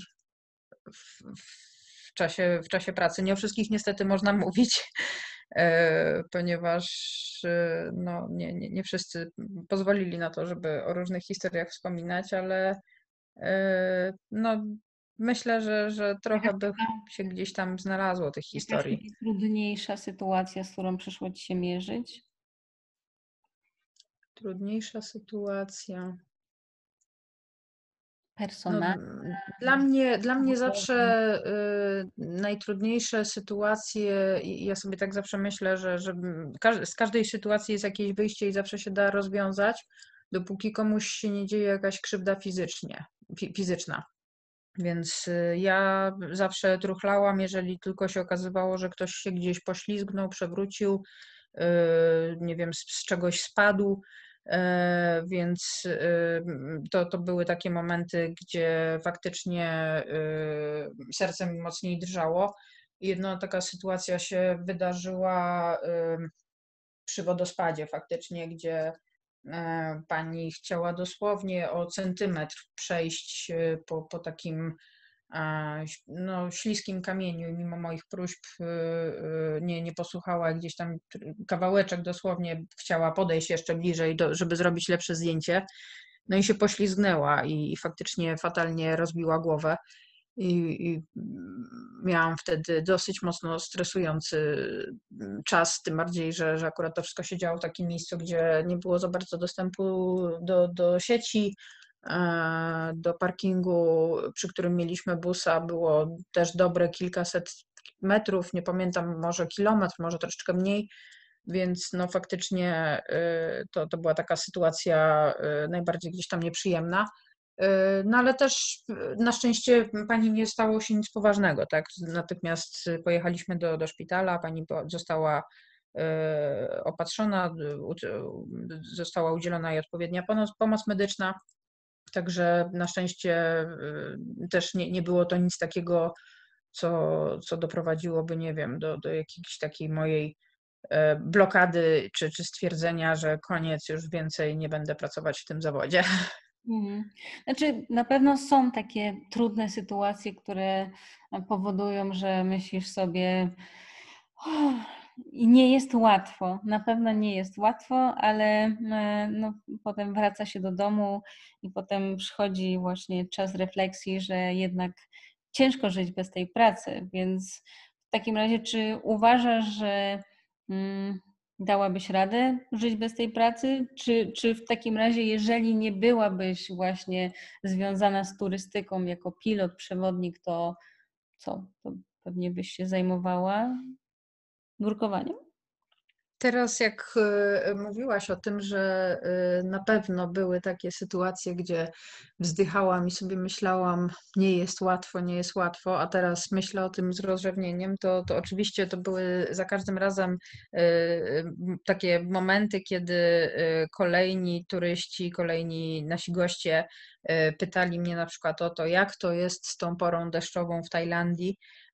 w czasie pracy. Nie o wszystkich niestety można mówić, ponieważ no, nie wszyscy pozwolili na to, żeby o różnych historiach wspominać, ale no, myślę, że trochę by się gdzieś tam znalazło tych Jakaś historii. taka trudniejsza sytuacja, z którą przyszło Ci się mierzyć? Trudniejsza sytuacja. No, Personalna? dla mnie zawsze najtrudniejsze sytuacje, i ja sobie tak zawsze myślę, że z każdej sytuacji jest jakieś wyjście i zawsze się da rozwiązać, dopóki komuś się nie dzieje jakaś krzywda fizyczna. Więc ja zawsze truchlałam, jeżeli tylko się okazywało, że ktoś się gdzieś poślizgnął, przewrócił, nie wiem, z czegoś spadł. Więc to były takie momenty, gdzie faktycznie serce mi mocniej drżało. Jedna taka sytuacja się wydarzyła przy wodospadzie faktycznie, gdzie pani chciała dosłownie o centymetr przejść po takim no, śliskim kamieniu i mimo moich próśb nie posłuchała, gdzieś tam kawałeczek dosłownie chciała podejść jeszcze bliżej, żeby zrobić lepsze zdjęcie. No i się poślizgnęła i faktycznie fatalnie rozbiła głowę. I miałam wtedy dosyć mocno stresujący czas, tym bardziej, że akurat to wszystko się działo w takim miejscu, gdzie nie było za bardzo dostępu do sieci, do parkingu, przy którym mieliśmy busa, było też dobre kilkaset metrów, nie pamiętam, może kilometr, może troszeczkę mniej, więc no faktycznie to była taka sytuacja najbardziej gdzieś tam nieprzyjemna. No ale też na szczęście pani nie stało się nic poważnego, tak? Natychmiast pojechaliśmy do szpitala, pani została opatrzona, została udzielona jej odpowiednia pomoc medyczna, także na szczęście też nie było to nic takiego, co doprowadziłoby, nie wiem, do jakiejś takiej mojej blokady czy stwierdzenia, że koniec, już więcej nie będę pracować w tym zawodzie. Znaczy, na pewno są takie trudne sytuacje, które powodują, że myślisz sobie, i nie jest łatwo, na pewno nie jest łatwo, ale no, potem wraca się do domu i potem przychodzi właśnie czas refleksji, że jednak ciężko żyć bez tej pracy, więc w takim razie, czy uważasz, że dałabyś radę żyć bez tej pracy? Czy w takim razie, jeżeli nie byłabyś właśnie związana z turystyką jako pilot, przewodnik, to co? To pewnie byś się zajmowała nurkowaniem? Teraz jak mówiłaś o tym, że na pewno były takie sytuacje, gdzie wzdychałam i sobie myślałam, nie jest łatwo, nie jest łatwo, a teraz myślę o tym z rozrzewnieniem, to oczywiście to były za każdym razem takie momenty, kiedy kolejni turyści, kolejni nasi goście pytali mnie na przykład o to, jak to jest z tą porą deszczową w Tajlandii,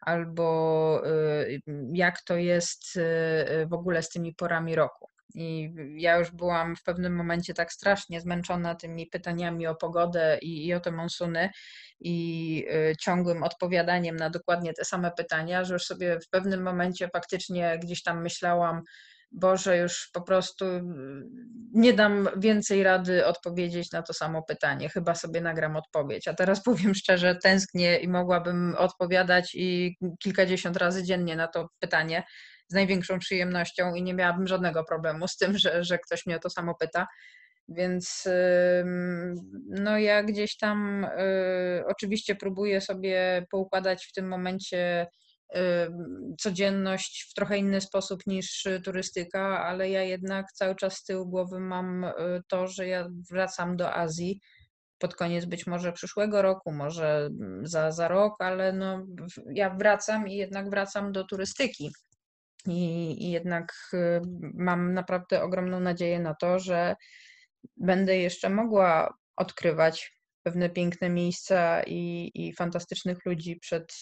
albo jak to jest w ogóle z tymi porami roku. I ja już byłam w pewnym momencie tak strasznie zmęczona tymi pytaniami o pogodę i o te monsuny i ciągłym odpowiadaniem na dokładnie te same pytania, że już sobie w pewnym momencie faktycznie gdzieś tam myślałam, Boże, już po prostu nie dam więcej rady odpowiedzieć na to samo pytanie. Chyba sobie nagram odpowiedź. A teraz powiem szczerze, tęsknię i mogłabym odpowiadać i kilkadziesiąt razy dziennie na to pytanie z największą przyjemnością i nie miałabym żadnego problemu z tym, że ktoś mnie o to samo pyta. Więc no ja gdzieś tam oczywiście próbuję sobie poukładać w tym momencie codzienność w trochę inny sposób niż turystyka, ale ja jednak cały czas z tyłu głowy mam to, że ja wracam do Azji pod koniec być może przyszłego roku, może za rok, ale no, ja wracam i jednak wracam do turystyki. I jednak mam naprawdę ogromną nadzieję na to, że będę jeszcze mogła odkrywać pewne piękne miejsca i fantastycznych ludzi przed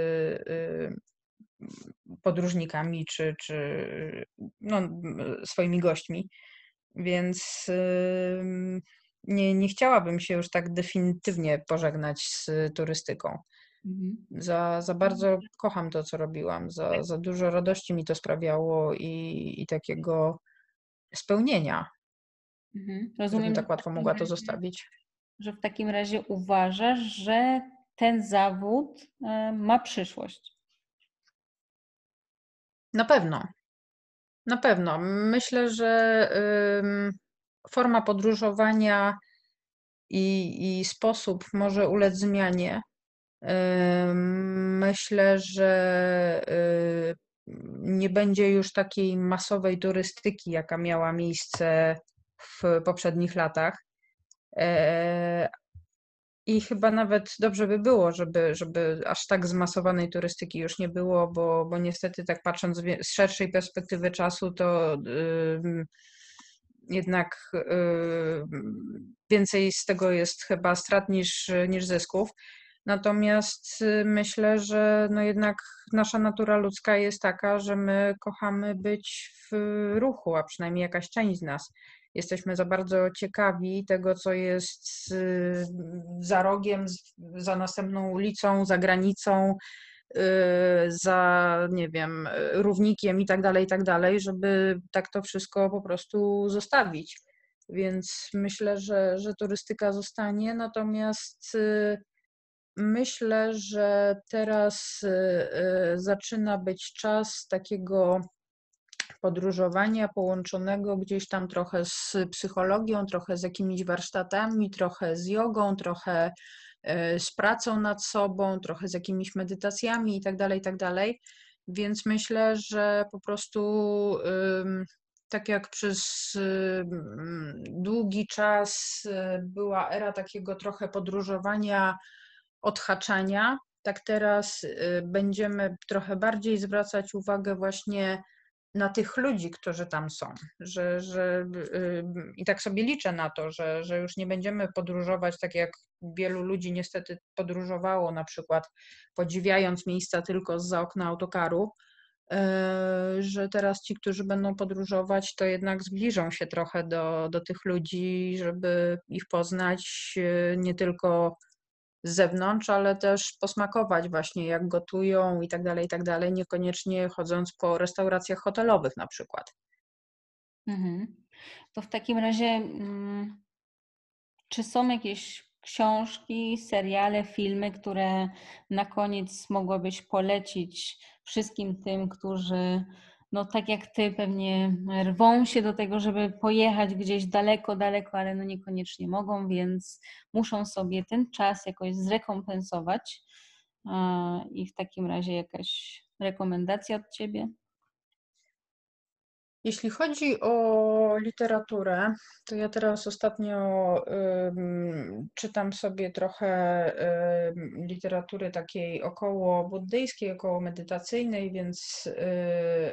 podróżnikami czy no, swoimi gośćmi. Więc nie chciałabym się już tak definitywnie pożegnać z turystyką. Za bardzo kocham to, co robiłam. Za dużo radości mi to sprawiało i takiego spełnienia, żebym Rozumiem, tak łatwo mogła to zostawić. że w takim razie uważasz, że ten zawód ma przyszłość. Na pewno. Na pewno. Myślę, że forma podróżowania i sposób może ulec zmianie. Myślę, że nie będzie już takiej masowej turystyki, jaka miała miejsce w poprzednich latach. I chyba nawet dobrze by było, żeby aż tak zmasowanej turystyki już nie było, bo niestety tak patrząc z szerszej perspektywy czasu, to jednak więcej z tego jest chyba strat niż zysków. Natomiast myślę, że no jednak nasza natura ludzka jest taka, że my kochamy być w ruchu, a przynajmniej jakaś część z nas. Jesteśmy za bardzo ciekawi tego, co jest za rogiem, za następną ulicą, za granicą, za, nie wiem, równikiem i tak dalej, żeby tak to wszystko po prostu zostawić. Więc myślę, że turystyka zostanie, natomiast myślę, że teraz zaczyna być czas takiego podróżowania połączonego gdzieś tam trochę z psychologią, trochę z jakimiś warsztatami, trochę z jogą, trochę z pracą nad sobą, trochę z jakimiś medytacjami i tak dalej. Więc myślę, że po prostu tak jak przez długi czas była era takiego trochę podróżowania, odhaczania, tak teraz będziemy trochę bardziej zwracać uwagę właśnie na tych ludzi, którzy tam są, i tak sobie liczę na to, że już nie będziemy podróżować tak jak wielu ludzi niestety podróżowało, na przykład podziwiając miejsca tylko zza okna autokaru, że teraz ci, którzy będą podróżować, to jednak zbliżą się trochę do tych ludzi, żeby ich poznać nie tylko z zewnątrz, ale też posmakować właśnie jak gotują i tak dalej, niekoniecznie chodząc po restauracjach hotelowych na przykład. To w takim razie czy są jakieś książki, seriale, filmy, które na koniec mogłabyś polecić wszystkim tym, którzy no tak jak ty pewnie rwą się do tego, żeby pojechać gdzieś daleko, ale no niekoniecznie mogą, więc muszą sobie ten czas jakoś zrekompensować. I w takim razie jakaś rekomendacja od ciebie? Jeśli chodzi o literaturę, to ja teraz ostatnio czytam sobie trochę literatury takiej około buddyjskiej, około medytacyjnej, więc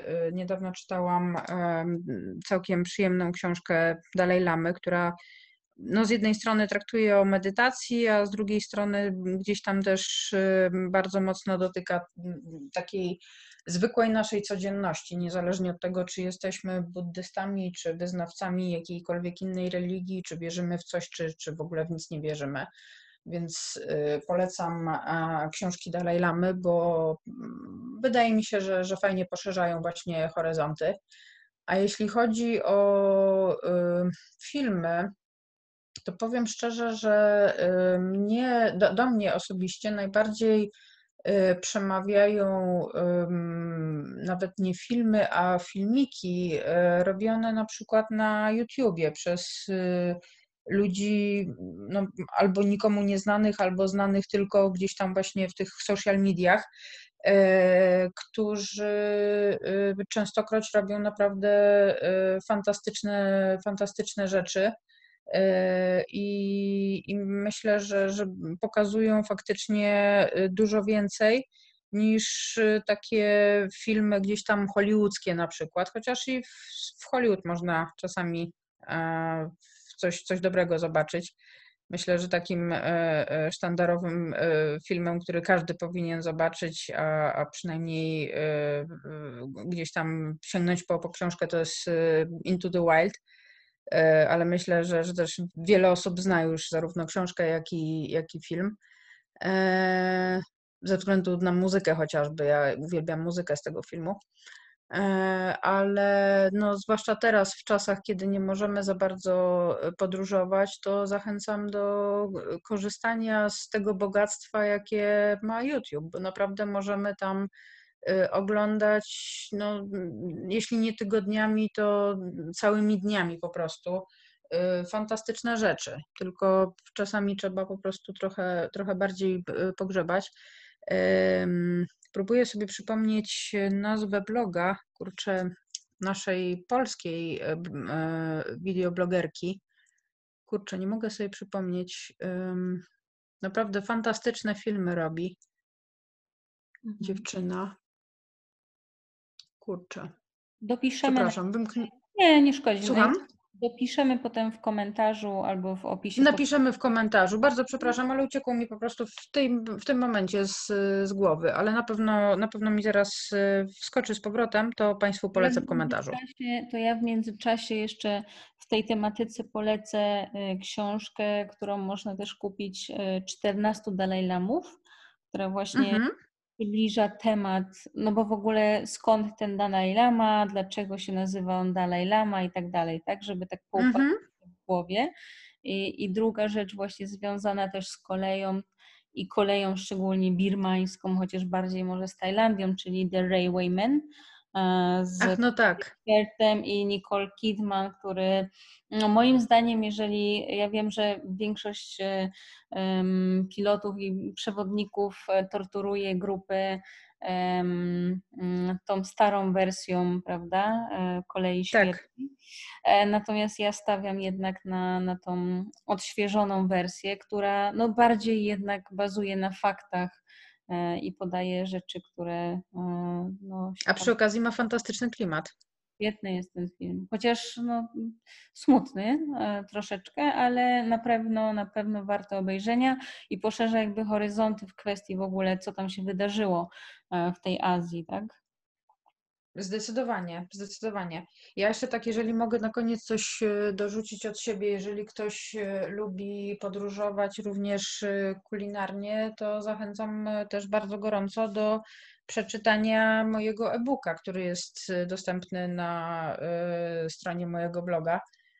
niedawno czytałam całkiem przyjemną książkę Dalaj Lamy, która no z jednej strony traktuje o medytacji, a z drugiej strony gdzieś tam też bardzo mocno dotyka takiej zwykłej naszej codzienności, niezależnie od tego, czy jesteśmy buddystami, czy wyznawcami jakiejkolwiek innej religii, czy wierzymy w coś, czy w ogóle w nic nie wierzymy. Więc polecam książki Dalaj Lamy, bo wydaje mi się, że fajnie poszerzają właśnie horyzonty. A jeśli chodzi o filmy, to powiem szczerze, że do mnie osobiście najbardziej przemawiają nawet nie filmy, a filmiki robione na przykład na YouTubie przez ludzi no, albo nikomu nieznanych, albo znanych tylko gdzieś tam właśnie w tych social mediach, którzy częstokroć robią naprawdę fantastyczne rzeczy. I myślę, że pokazują faktycznie dużo więcej niż takie filmy gdzieś tam hollywoodzkie na przykład, chociaż i w Hollywood można czasami coś dobrego zobaczyć. Myślę, że takim sztandarowym filmem, który każdy powinien zobaczyć, a przynajmniej gdzieś tam sięgnąć po książkę, to jest Into the Wild. Ale myślę, że też wiele osób zna już zarówno książkę, jak i film. Ze względu na muzykę chociażby. Ja uwielbiam muzykę z tego filmu. Ale no, zwłaszcza teraz, w czasach, kiedy nie możemy za bardzo podróżować, to zachęcam do korzystania z tego bogactwa, jakie ma YouTube, bo naprawdę możemy tam oglądać, no, jeśli nie tygodniami, to całymi dniami po prostu. Fantastyczne rzeczy, tylko czasami trzeba po prostu trochę bardziej pogrzebać. Próbuję sobie przypomnieć nazwę bloga, kurczę, naszej polskiej wideoblogerki. Kurczę, nie mogę sobie przypomnieć. Naprawdę fantastyczne filmy robi dziewczyna. Kurczę. Dopiszemy. Przepraszam, Nie szkodzi. Słucham? Dopiszemy potem w komentarzu albo w opisie. Napiszemy w komentarzu. Bardzo przepraszam, ale uciekło mi po prostu w tym momencie z głowy, ale na pewno mi zaraz wskoczy z powrotem, to Państwu polecę w komentarzu. To ja w międzyczasie jeszcze w tej tematyce polecę książkę, którą można też kupić, 14 Dalajlamów, która właśnie przybliża temat, no bo w ogóle skąd ten Dalaj Lama, dlaczego się nazywa on Dalaj Lama i tak dalej, tak, żeby tak poukładać w głowie. I druga rzecz właśnie związana też z koleją i koleją szczególnie birmańską, chociaż bardziej może z Tajlandią, czyli The Railwayman z no tak. Kurtem i Nicole Kidman, który no moim zdaniem, jeżeli ja wiem, że większość pilotów i przewodników torturuje grupy tą starą wersją, prawda, kolei śmierci. Natomiast ja stawiam jednak na tą odświeżoną wersję, która no bardziej jednak bazuje na faktach i podaje rzeczy, które no, A przy okazji ma fantastyczny klimat. Świetny jest ten film, chociaż no, smutny troszeczkę, ale na pewno warto obejrzenia i poszerza jakby horyzonty w kwestii w ogóle, co tam się wydarzyło w tej Azji, tak? Zdecydowanie, zdecydowanie. Ja jeszcze tak, jeżeli mogę na koniec coś dorzucić od siebie, jeżeli ktoś lubi podróżować również kulinarnie, to zachęcam też bardzo gorąco do przeczytania mojego e-booka, który jest dostępny na stronie mojego bloga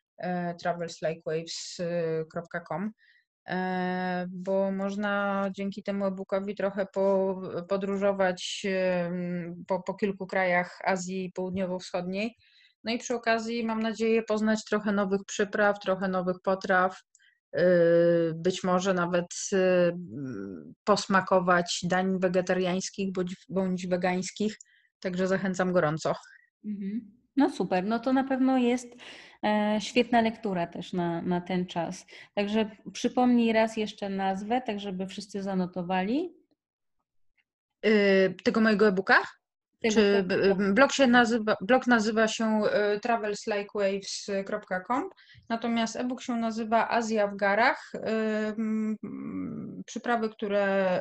travelsLikeWaves.com, bo można dzięki temu e-bookowi trochę podróżować po kilku krajach Azji Południowo-Wschodniej. No i przy okazji mam nadzieję poznać trochę nowych przypraw, trochę nowych potraw, być może nawet posmakować dań wegetariańskich bądź wegańskich, także zachęcam gorąco. No super, no to na pewno jest świetna lektura też na ten czas. Także przypomnij raz jeszcze nazwę, tak żeby wszyscy zanotowali. Tego mojego e-booka? Czy blog nazywa się travelsLikeWaves.com, natomiast e-book się nazywa Azja w garach. Przyprawy, które...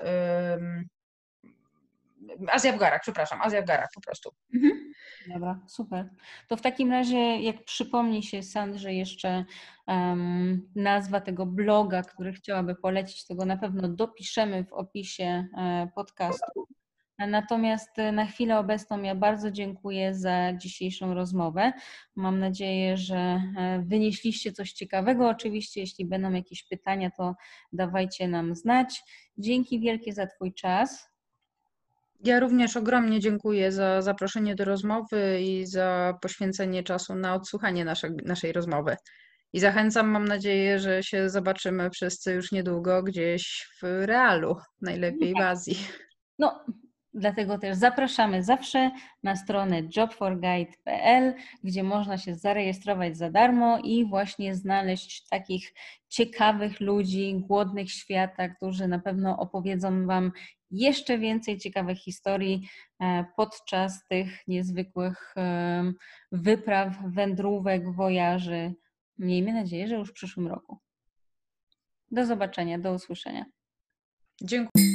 Azja w garach, przepraszam, Azja w garach po prostu. Mhm. Dobra, super. To w takim razie, jak przypomni się Sandrze jeszcze nazwa tego bloga, który chciałaby polecić, to go na pewno dopiszemy w opisie podcastu. Natomiast na chwilę obecną ja bardzo dziękuję za dzisiejszą rozmowę. Mam nadzieję, że wynieśliście coś ciekawego. Oczywiście, jeśli będą jakieś pytania, to dawajcie nam znać. Dzięki wielkie za Twój czas. Ja również ogromnie dziękuję za zaproszenie do rozmowy i za poświęcenie czasu na odsłuchanie naszej rozmowy. I zachęcam, mam nadzieję, że się zobaczymy wszyscy już niedługo gdzieś w realu, najlepiej w Azji. No, dlatego też zapraszamy zawsze na stronę jobforguide.pl, gdzie można się zarejestrować za darmo i właśnie znaleźć takich ciekawych ludzi, głodnych świata, którzy na pewno opowiedzą Wam jeszcze więcej ciekawych historii podczas tych niezwykłych wypraw, wędrówek, wojaży. Miejmy nadzieję, że już w przyszłym roku. Do zobaczenia, do usłyszenia. Dziękuję.